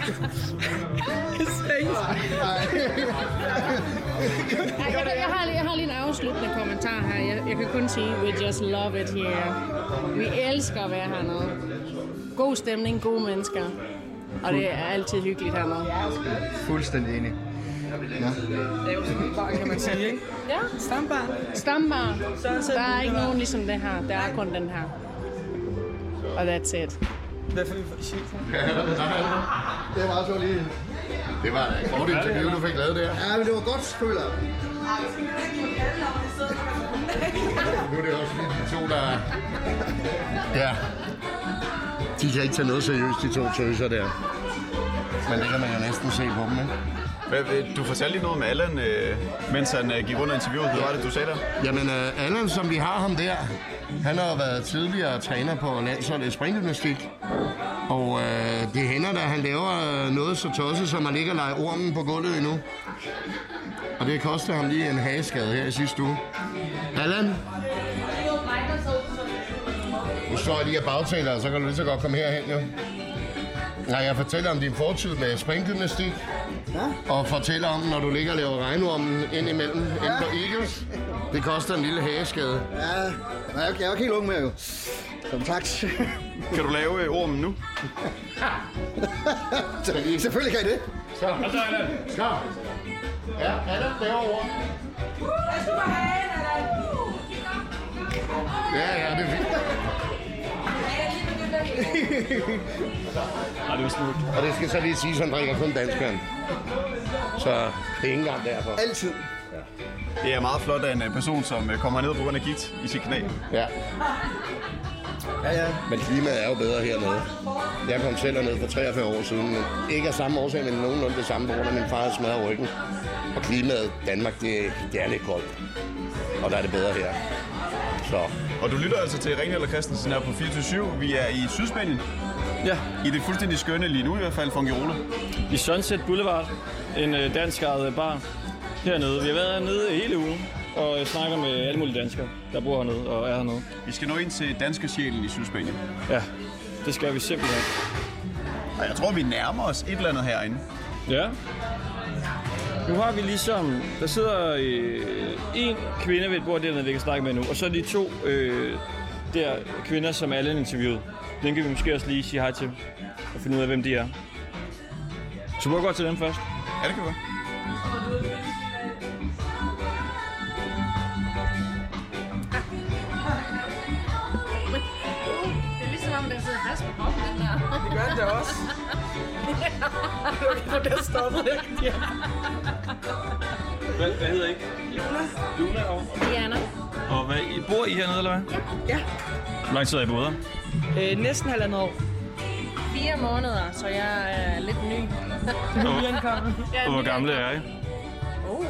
Jeg, jeg, har, jeg har lige en afsluttende kommentar her. Jeg, jeg kan kun sige, we just love it here. Vi elsker at være hernede. God stemning, gode mennesker. Og det er altid hyggeligt hernede. Fuldstændig enig. Ja. Det er jo sådan en bar, kan man sige, ikke? Ja. Stambar. Stambar. Der er ikke nogen ligesom det her. Der er kun den her. Og that's it. Hvad får vi for shit? Det var så lige... Det var da et godt interview, du fik lavet der. Ja, men det var godt, føler jeg. Nu er det også lige de to, der... Ja. De kan ikke tage noget seriøst, de to tøser der. Men det kan man jo næsten se på dem, ikke? Du fortalte lige noget med Allan, mens han gik rundt og interviewet. Hvad var det, du sagde der? Jamen, Allan, som vi har ham der, han har været tidligere træner på landsholdet i springgymnastik. Og øh, det hænder da, han laver noget så tosset, som at ligge og lege ormen på gulvet endnu. Og det kostede ham lige en hageskade her i sidste uge. Allan? Nu står jeg lige og bagtaler, så kan du lige så godt komme herhen, jo. Nej, jeg fortæller om din fortid med springgymnastik. Ja? Og fortæller om, når du ligger og laver regnormen ind imellem, ja. Inde på Eagles. Det koster en lille hageskade. Ja, jeg er jo ikke helt ung med, jo. Som tak. Kan du lave ormen nu? Selvfølgelig kan I det. Så, så. Ja, Allan, derovre. Ja, ja, det er fint. Ja, det er smukt. Og det skal så lige sige, at han drikker kun danskeren. Så det er ikke engang derfor. Altid. Ja. Det er meget flot af en person, som kommer ned på grund af gigt i sit knæ. Ja. Ja, ja. Men klimaet er jo bedre hernede. Jeg kom selv hernede for treogfyrre år siden, men ikke af samme årsag, men nogenlunde det samme, på grund af min far smadrer ryggen. Og klimaet i Danmark, det, det er lidt koldt. Og der er det bedre her. Så. Og du lytter altså til Ren eller Christensen her på fireogtyve syv. Vi er i Sydspanien. Ja. I det fuldstændig skønne lige nu i hvert fald, Fuengirola. I Sunset Boulevard, en øh, dansk-ejet bar hernede. Vi har været hernede hele ugen og snakker med alle mulige danskere, der bor hernede og er hernede. Vi skal nå ind til danske sjælen i Sydspanien. Ja, det skal vi simpelthen. Og jeg tror, vi nærmer os et eller andet herinde. Ja. Nu har vi ligesom, der sidder øh, en kvinde ved et bord dernede, vi kan snakke med nu, og så er de to øh, der kvinder, som alle er interviewet. Den kan vi måske også lige sige hej til og finde ud af, hvem de er. Så må jeg gå til dem først. Ja, det kan vi. Det er ligesom om, der sidder fast på hoppen, den der. Det gør den da også. Okay, der bliver stoppet, ikke? Ja. Hvad, hvad hedder I? Luna. Luna og? Diana. Og hvad, I bor I hernede, eller hvad? Ja. Hvor lang tid er I boet her? Øh, næsten halvandet år. Fire måneder, så jeg er lidt ny. Og hvor gamle er I? Uh.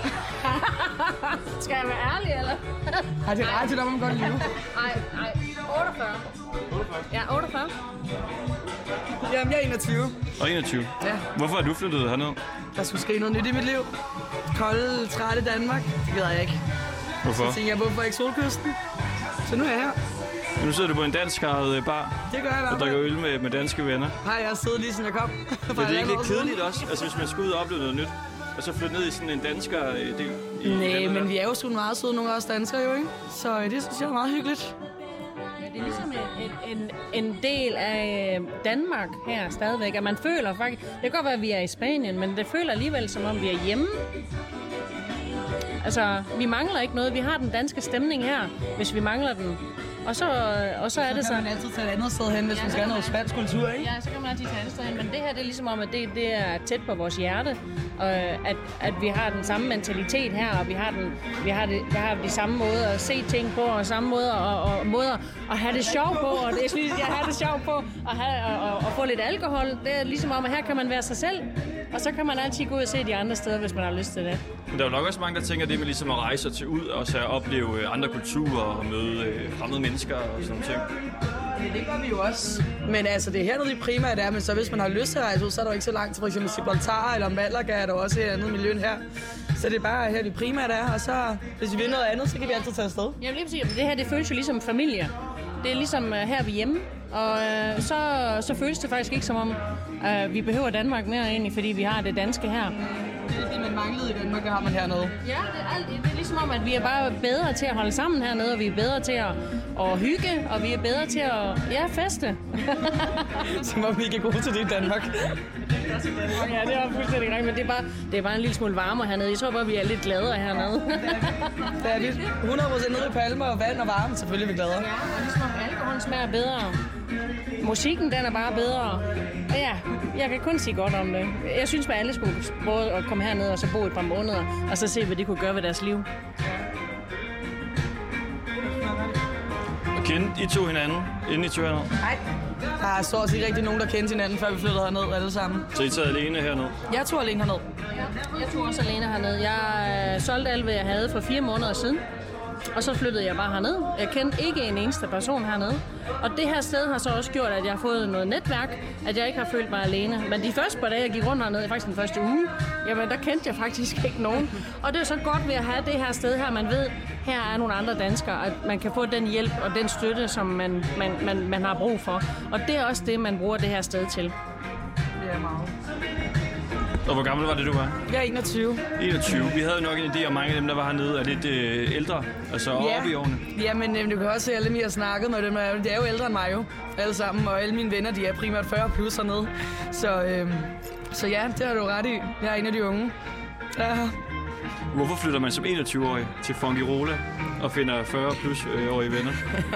Skal jeg være ærlig, eller? Har det ret til, at man godt leve? Nej, nej. otteogfyrre. Ja, otteogfyrre. Jamen, jeg er enogtyve. Og enogtyve? Ja. Hvorfor er du flyttet herned? Der skulle ske noget nyt i mit liv. Kolde, trætte Danmark. Det ved jeg ikke. Hvorfor? Så tænkte jeg, hvorfor ikke solkysten? Så nu er jeg her. Nu sidder du på en danskkarret bar. Det gør jeg i hvert fald. Og drikker øl med, med danske venner. Har jeg siddet lige siden jeg kom. Men det er ikke lidt kedeligt også, altså hvis man skal ud og opleve noget nyt, og så flytte ned i sådan en dansker-del? Nej, men vi er jo sgu meget søde, nogle af os danskere jo, ikke? Så det synes jeg er meget hyggeligt. Det er ligesom en, en, en del af Danmark her stadigvæk, at man føler faktisk... Det kan godt være, at vi er i Spanien, men det føler alligevel, som om vi er hjemme. Altså, vi mangler ikke noget. Vi har den danske stemning her, hvis vi mangler den. Og så, og så er så det så... kan man altid tage et andet sted hen, hvis ja, man skal have noget spansk kultur, ikke? Ja, så kan man altid tage et andet sted hen. Men det her, det er ligesom om, at det, det er tæt på vores hjerte. Og at, at vi har den samme mentalitet her, og vi har, den, vi har, det, vi har de samme måder at se ting på, og samme måder, og, og måder at have det sjovt på. Og jeg synes, jeg har det sjovt på at, have, og, og, og få lidt alkohol. Det er ligesom om, at her kan man være sig selv. Og så kan man altid gå ud og se de andre steder, hvis man har lyst til det. Men der er jo nok også mange, der tænker det med ligesom at rejse til ud og så opleve andre kulturer og møde fremmede mennesker og sådan ting. Det gør vi jo også. Men altså, det er hernede i primært er, men så hvis man har lyst til at rejse ud, så er der jo ikke så langt til for eksempel Gibraltar eller Malaga, er der også et andet miljø her. Så det er bare her, vi primært er, og så hvis vi vil noget andet, så kan vi altid tage afsted. Jeg vil lige sige, det her, det føles jo ligesom familie. Det er ligesom uh, her vi er hjemme, og uh, så, så føles det faktisk ikke som om, uh, vi behøver Danmark mere egentlig, fordi vi har det danske her. Det er det, man manglede i Danmark, det har man hernede. Ja, det er, alt, det er ligesom om, at vi er bare bedre til at holde sammen hernede, og vi er bedre til at, at hygge, og vi er bedre til at ja, feste. Som om vi ikke er gode til det i Danmark. Ja, det er fuldstændig rigtigt, men det er, bare, det er bare en lille smule varmere hernede. Jeg tror bare, vi er lidt gladere hernede. Det er vi. hundrede procent nede i palmer og vand og varme, selvfølgelig er vi gladere. Ja, og ligesom om alkoholen smager bedre. Musikken, den er bare bedre. Og ja, jeg kan kun sige godt om det. Jeg synes, at alle skulle både at komme herned og så bo et par måneder, og så se, hvad de kunne gøre ved deres liv. Og kendte I to hinanden, inden I tog herned? Nej. Der er stort set ikke rigtig nogen, der kendte hinanden, før vi flyttede herned alle sammen. Så I tager alene herned? Jeg tog alene herned. Jeg tog også alene herned. Jeg øh, solgte alt, hvad jeg havde for fire måneder siden. Og så flyttede jeg bare herned. Jeg kendte ikke en eneste person hernede. Og det her sted har så også gjort, at jeg har fået noget netværk, at jeg ikke har følt mig alene. Men de første par dage, jeg gik rundt hernede, faktisk den første uge, jamen der kendte jeg faktisk ikke nogen. Og det er så godt ved at have det her sted her, man ved, her er nogle andre danskere, at man kan få den hjælp og den støtte, som man, man, man, man har brug for. Og det er også det, man bruger det her sted til. Det er meget. Og hvor gammel var det, du var? Jeg er enogtyve. enogtyve. Vi havde nok en idé om mange af dem, der var hernede, er lidt øh, ældre, altså ja. Oppe i årene. Ja, men øh, du kan også se, at alle dem, jeg har snakket med dem, de er jo ældre end mig jo, alle sammen, og alle mine venner, de er primært fyrre plus hernede. Så, øh, så ja, det har du ret i. Jeg er en af de unge. Ja. Hvorfor flytter man som enogtyve-årig til Fuengirola og finder fyrre plus-årige venner?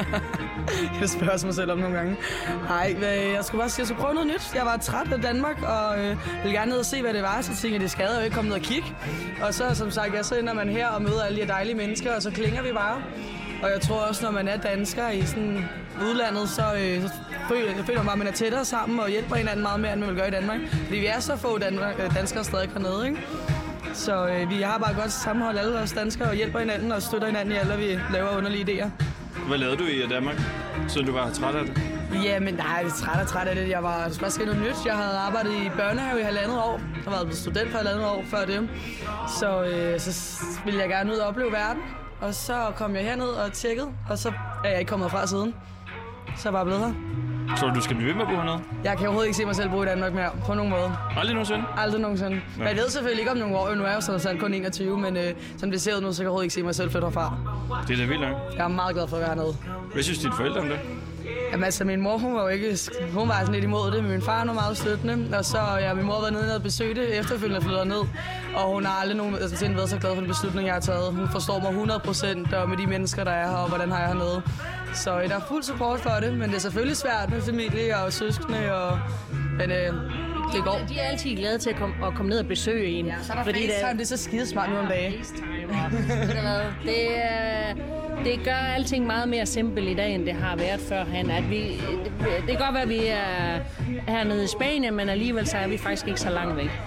Jeg spørger mig selv om nogle gange. Nej, jeg skulle bare sige, at jeg skulle prøve noget nyt. Jeg var træt af Danmark, og øh, ville gerne ned og se, hvad det var. Så tænkte jeg, det skader jo ikke komme ned og kigge. Og så, som sagt, ja, så ender man her og møder alle de her dejlige mennesker, og så klinger vi bare. Og jeg tror også, når man er dansker i sådan udlandet, så, øh, så føler, jeg føler bare, at man er tættere sammen og hjælper hinanden meget mere, end man vil gøre i Danmark. Fordi vi er så få Danmark, danskere stadig hernede, ikke? Så øh, vi har bare godt sammenhold alle os danskere og hjælper hinanden og støtter hinanden i alle, og vi laver underlige idéer. Hvad lavede du i Danmark, siden du var træt af det? Jamen nej, jeg er træt og træt af det. Jeg var bare skal noget nyt. Jeg havde arbejdet i børnehave i halvandet år. Jeg har været student for halvandet år før det. Så, øh, så ville jeg gerne ud og opleve verden. Og så kom jeg herned og tjekkede, og så er jeg ikke kommet fra siden. Så er jeg bare blevet her. Så du skal blive ved med at bo hernede? Jeg kan overhovedet ikke se mig selv bo i Danmark mere, på nogen måde. Aldrig nogensinde? Aldrig nogensinde. Ja. Men jeg ved selvfølgelig ikke om nogle år, nu er jeg jo sådan kun enogtyve, men øh, som det ser ud nu, så kan jeg overhovedet ikke se mig selv flytte herfra. Det er da vildt nok. Jeg er meget glad for at være hernede. Hvad synes dine forældre om det? Jamen altså, min mor, hun var jo ikke, hun var sådan lidt imod det, men min far var meget støttende. Og så, ja, min mor har været nede og besøgt det, efterfølgende flytter ned. Og hun har aldrig nogen, altså, været så glad for den beslutning, jeg har taget. Hun forstår mig hundrede procent med de mennesker, der er her, og hvordan har jeg hernede. Så der er fuld support for det, men det er selvfølgelig svært med familie og søskende, og, men øh, det går. De er altid glade til at komme, at komme ned og besøge en. Ja, så er der fordi FaceTime, det er så skidesmart nu om dagen. Det er, det gør alting meget mere simpelt i dag, end det har været førhen. At vi, det, det kan godt være, at vi er hernede i Spanien, men alligevel så er vi faktisk ikke så langt væk.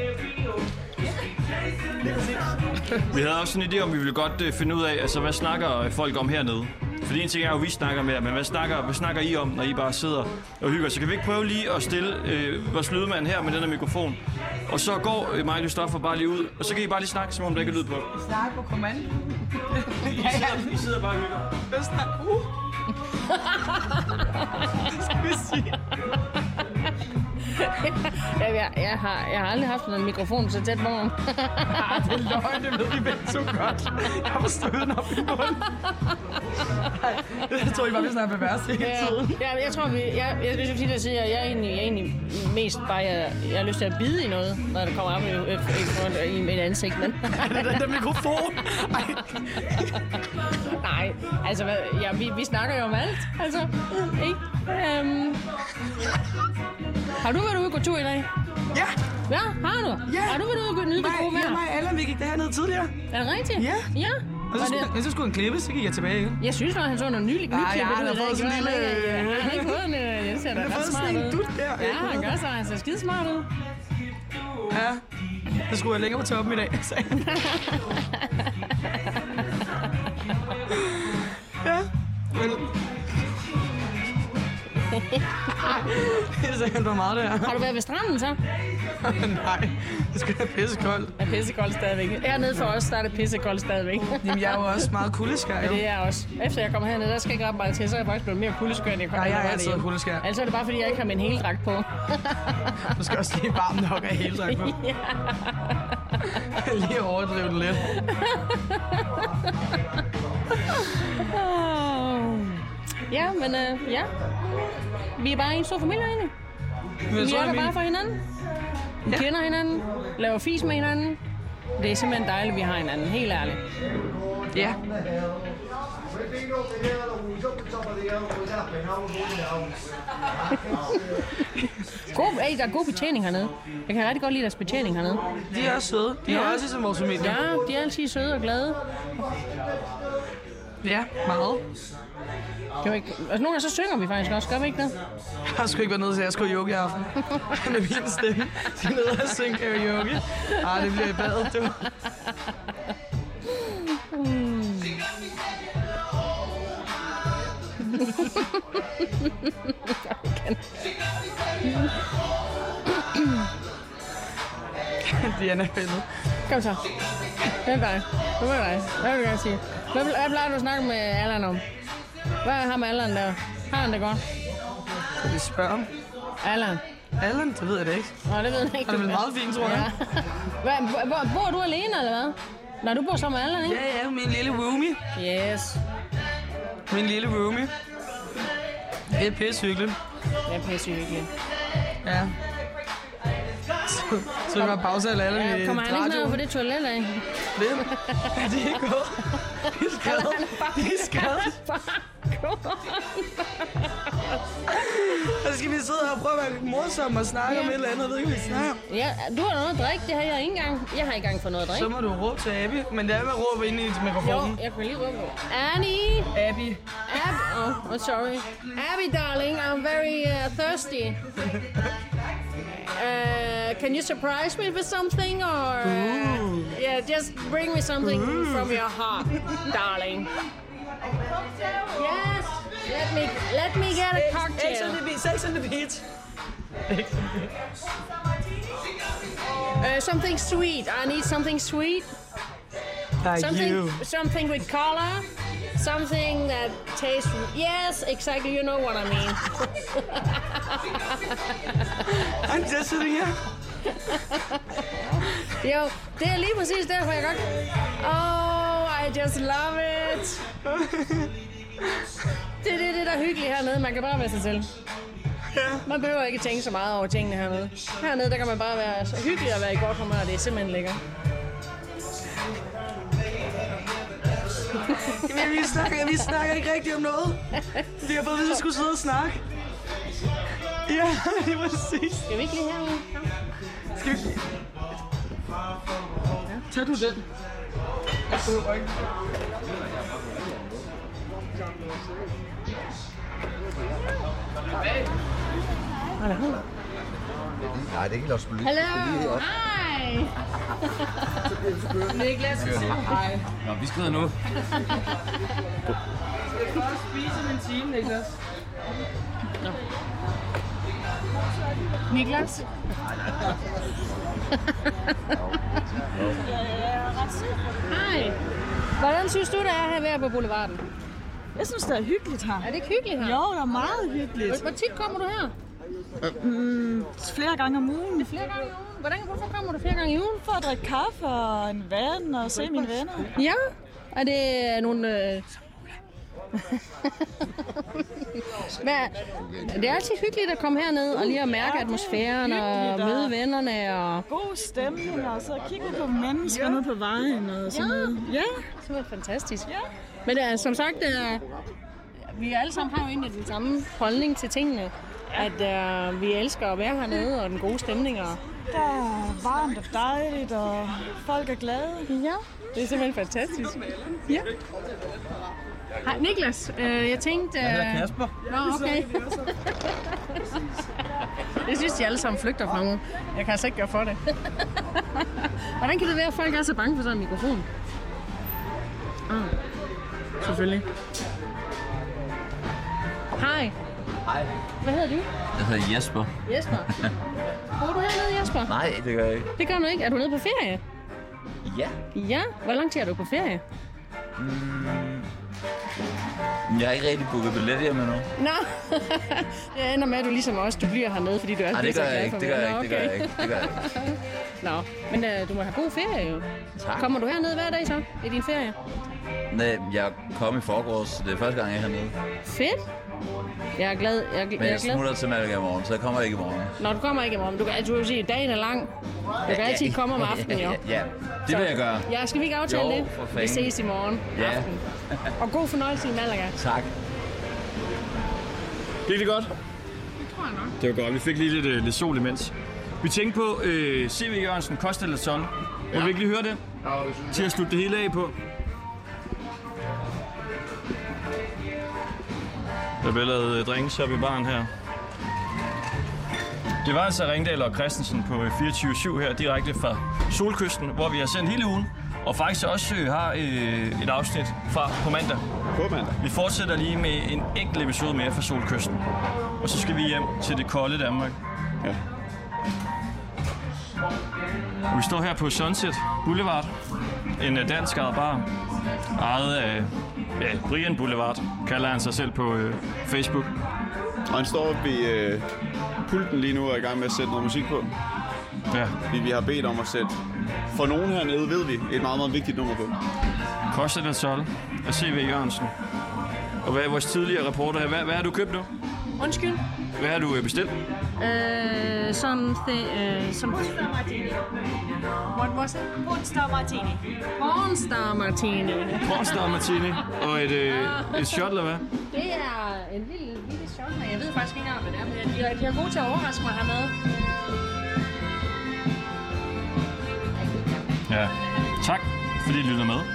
Vi havde også en idé om, vi ville godt uh, finde ud af, altså hvad snakker folk om hernede? Fordi en ting er jo, vi snakker med, men hvad snakker, hvad snakker I om, når I bare sidder og hygger? Så kan vi ikke prøve lige at stille øh, vores lydmand her med den her mikrofon? Og så går øh, mig og Christoffer bare lige ud, og så kan I bare lige snakke, som om der ikke er lyd på. Snakke på kommando. I, sidder, I sidder bare og hygger. Hvad snakker du? Skal vi sige? jeg, jeg, jeg, har, jeg har aldrig haft en mikrofon så tæt på mig. Det er løgn, det ved vi begge så godt. Jeg har forstået den op i munden. Jeg tror ikke bare, vi snakker pervers hele tiden. Ja, jeg tror, vi, jeg, jeg, jeg, jeg, siger, jeg, er egentlig, jeg er egentlig mest bare, jeg, jeg har lyst til at bide i noget, når det kommer op i, i, i mit ansigt. Men. Er det den der mikrofon? Nej, altså, hvad, ja, vi, vi snakker jo om alt, altså, ikke? Um, har du været ude og gå tur i dag? Ja. Ja, har du? Ja. Har du været ude og nyde det gode vejr? Ja, mig og Allan, vi gik dernede tidligere. Er det rigtigt? Ja. Ja. Og så skulle, så skulle han klippe, så gik jeg tilbage igen. Jeg synes, at han så noget nyligt nytklippet. Ja, han har fået sådan en lille... Han har ikke fået en... Jeg ser da ret smart ud. Han har fået sådan en dut der. Ja, han gør så. Han ser skide smart ud. Ja. Det skulle jeg længere på toppen i dag, sagde han. Ja. Men... Det sagde han for meget, det her. Har du været ved stranden, så? Nej, det skulle være pissekoldt. Det er pissekoldt stadigvæk. Hernede for os, der er det pissekoldt stadigvæk. Jamen, jeg er jo også meget kuldeskær, jo. Ja, det er også. Efter jeg kommer hernede, der skal jeg ikke ret meget til, så er jeg faktisk blevet mere kuldeskær, end jeg kommer hernede. Nej, jeg er altid kuldeskær. Altså er det bare, fordi jeg ikke har min heldragt på. Du skal også lige varmt nok af heldragt på. Ja. Lige overdrive det lidt. Ja, men øh, ja. Vi er bare en stor familie egentlig. Vi er der bare for hinanden. Vi ja. kender hinanden, laver fis med hinanden. Det er simpelthen dejligt, at vi har hinanden, helt ærligt. Ja. God, ey, der er god betjening hernede. Jeg kan rigtig godt lide deres betjening hernede. De er også søde. De er ja. også ligesom vores familie. Ja, de er altid søde og glade. Ja, meget. Det var ikke... Altså, nogle gange så synger vi faktisk også, gør vi ikke det? Jeg har sgu ikke været nede til, at jeg skulle yoga i aften. Med min stemme. De er nede og synge karaoke. Ej, det bliver i badet, du. Mm. Diana Bællet. Kom så. Hvem er dig? Hvem er dig? Hvad vil du gerne sige? Hvad plejer du at snakke med Allan om? Hvad har med Allan der? Har han det godt? Kan vi spørge om? Allan? Allan? Det ved jeg da ikke. Nå, det ved jeg ikke. Han er vel meget fint, tror jeg. Ja. Hvor, bor du alene, eller hvad? Når du bor sammen med Allan, ikke? Ja, ja, min lille roomie. Yes. Min lille roomie. Det er pissehyggeligt. Det er pissehyggeligt. Ja. Så, så vi bare pause af Allan ja, i kommer han ikke ned på det toilet af? Hvem? Er det ikke gået? De er skadet. De er skadet. Og så skal vi sidde her og prøve at være morsomme og snakke ja. om et eller andet. Jeg ved ikke, hvad vi snakker om. Ja, du har noget at drikke. Det har jeg ikke engang. Jeg har ikke engang fået noget at drikke. Så må du råbe til Abby. Men det er med at råbe ind i mikrofonen. Jo, jeg kan lige råbe. Annie! Abby. Abby. Oh, oh, sorry. Abby, darling, I'm very uh, thirsty. Uh, can you surprise me with something, or uh, yeah, just bring me something Ooh. from your heart, darling. Yes, let me let me get a cocktail. Sex on the beach. Sex on the beach. Uh, something sweet. I need something sweet. Like something, you. something with color. Something that tastes... Yes, exactly. You know what I mean. I'm just sitting here. Jo, det er lige præcis derfor, jeg godt... Oh, I just love it. Det er det, det der er hyggeligt hernede. Man kan bare være sig selv. Man behøver ikke tænke så meget over tingene hernede. Hernede, der kan man bare være så hyggelig og være i godt humør, og det er simpelthen lækkert. Jamen, vi snakker, vi snakker ikke rigtig om noget. Vi har fået at vide, at vi skulle sidde og snakke. Ja, det var præcis. Skal vi ikke lige herude? Skal vi... Tag du den. Jeg behøver ikke. Nej, det er ikke Los Police. Hallo! Hej! Niklas, hej. Nå, vi skrider nu. Skal du først spise om en time, Niklas? Nå. Niklas? Hej. Hvordan synes du, det er her ved på Boulevarden? Jeg synes, det er hyggeligt her. Er det ikke hyggeligt her? Jo, det er meget hyggeligt. Hvor tit kommer du her? Mm, flere gange om ugen. Flere gange om ugen? Hvordan, hvorfor kommer du flere gange i ugen? For at drikke kaffe og en ven og se mine venner. Ja? Er det nogle... Øh... Men det er altid hyggeligt at komme herned og lige at mærke ja, atmosfæren og møde vennerne. Og... God stemning, og så kigge på mennesker ja. nede på vejen og sådan ja. noget. Ja, det var fantastisk. Ja. Men det er, som sagt, det er, vi alle sammen har jo egentlig den samme holdning til tingene. At uh, vi elsker at være hernede og den gode stemning. Og... Der er varmt og dejligt, og folk er glade. Ja, det er simpelthen fantastisk. Ja. Hej, Niklas. Øh, jeg tænkte... Øh... Jeg hedder Kasper. Nå, okay. Jeg synes, de alle sammen flygter fra mig. Jeg kan altså ikke gøre for det. Hvordan kan det være, at folk er så bange for sådan en mikrofon? Ah, selvfølgelig. Hej. Hej. Hvad hedder du? Jeg hedder Jesper. Jesper. Bor du hernede, Jesper? Nej, det gør jeg ikke. Det gør du ikke. Er du nede på ferie? Ja. Ja? Hvor lang tid er du på ferie? Mm. Jeg har ikke rigtig booket billet hjemme endnu. Nå, jeg ender med, at du ligesom også, du bliver hernede, fordi du er altid så glad for mig. Nej, det gør jeg ikke, det gør jeg ikke, det gør jeg ikke. Nå, men uh, du må have god ferie jo. Tak. Kommer du hernede hver dag så, i din ferie? Nej, jeg kom i forgårs, så det er første gang, jeg er hernede. Fedt. Jeg er glad. Jeg, Men jeg, jeg smutter til Malaga i morgen, så jeg kommer ikke i morgen. Nå, du kommer ikke i morgen. Du kan, du kan sige, at dagen er lang. Du kan altid komme om aftenen, jo. Ja, det vil jeg gøre. Ja, skal vi ikke aftale jo, det? Vi ses i morgen ja. aften. Og god fornøjelse i Malaga. Tak. Gik det godt? Det tror jeg nok. Det var godt. Vi fik lige lidt, uh, lidt sol imens. Vi tænkte på uh, C V Jørgensen, Costa del Sol. Vil vi ikke lige høre det? Til at slutte det hele af på. Der bliver lavet drinks op i baren her. Det var altså Ringdal og Christensen på fireogtyve syv her, direkte fra Solkysten, hvor vi har sendt hele ugen. Og faktisk også har øh, et afsnit fra på mandag. På mandag. Vi fortsætter lige med en enkelt episode mere fra Solkysten. Og så skal vi hjem til det kolde Danmark. Ja. Og vi står her på Sunset Boulevard. En dansk ejet bar. Ejet af ja, Brian Boulevard, kalder han sig selv på øh, Facebook. Og han står oppe i øh, pulten lige nu og er i gang med at sætte noget musik på. Ja. Fordi vi har bedt om at sætte, for nogen hernede ved vi, et meget, meget vigtigt nummer på. Costa del Sol af C V Jørgensen. Og hvad er vores tidligere reporter her? Hvad, hvad har du købt nu? Undskyld? Hvad har du bestilt? Uh, something, uh, some... What was it? Pornstar Martini. Pornstar Martini. Pornstar Martini. Og et, øh, et shot, eller hvad? Det er en lille, lille shot, men jeg ved faktisk ikke engang, hvad det er, men de er, de er gode til at overraske mig hernede. Ja. Tak, fordi I lytter med.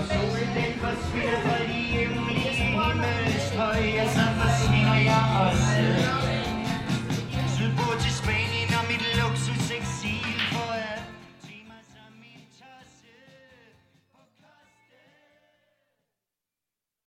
Solen forsvinder fra de himmelske himmelens høje, så forsvinder jeg også.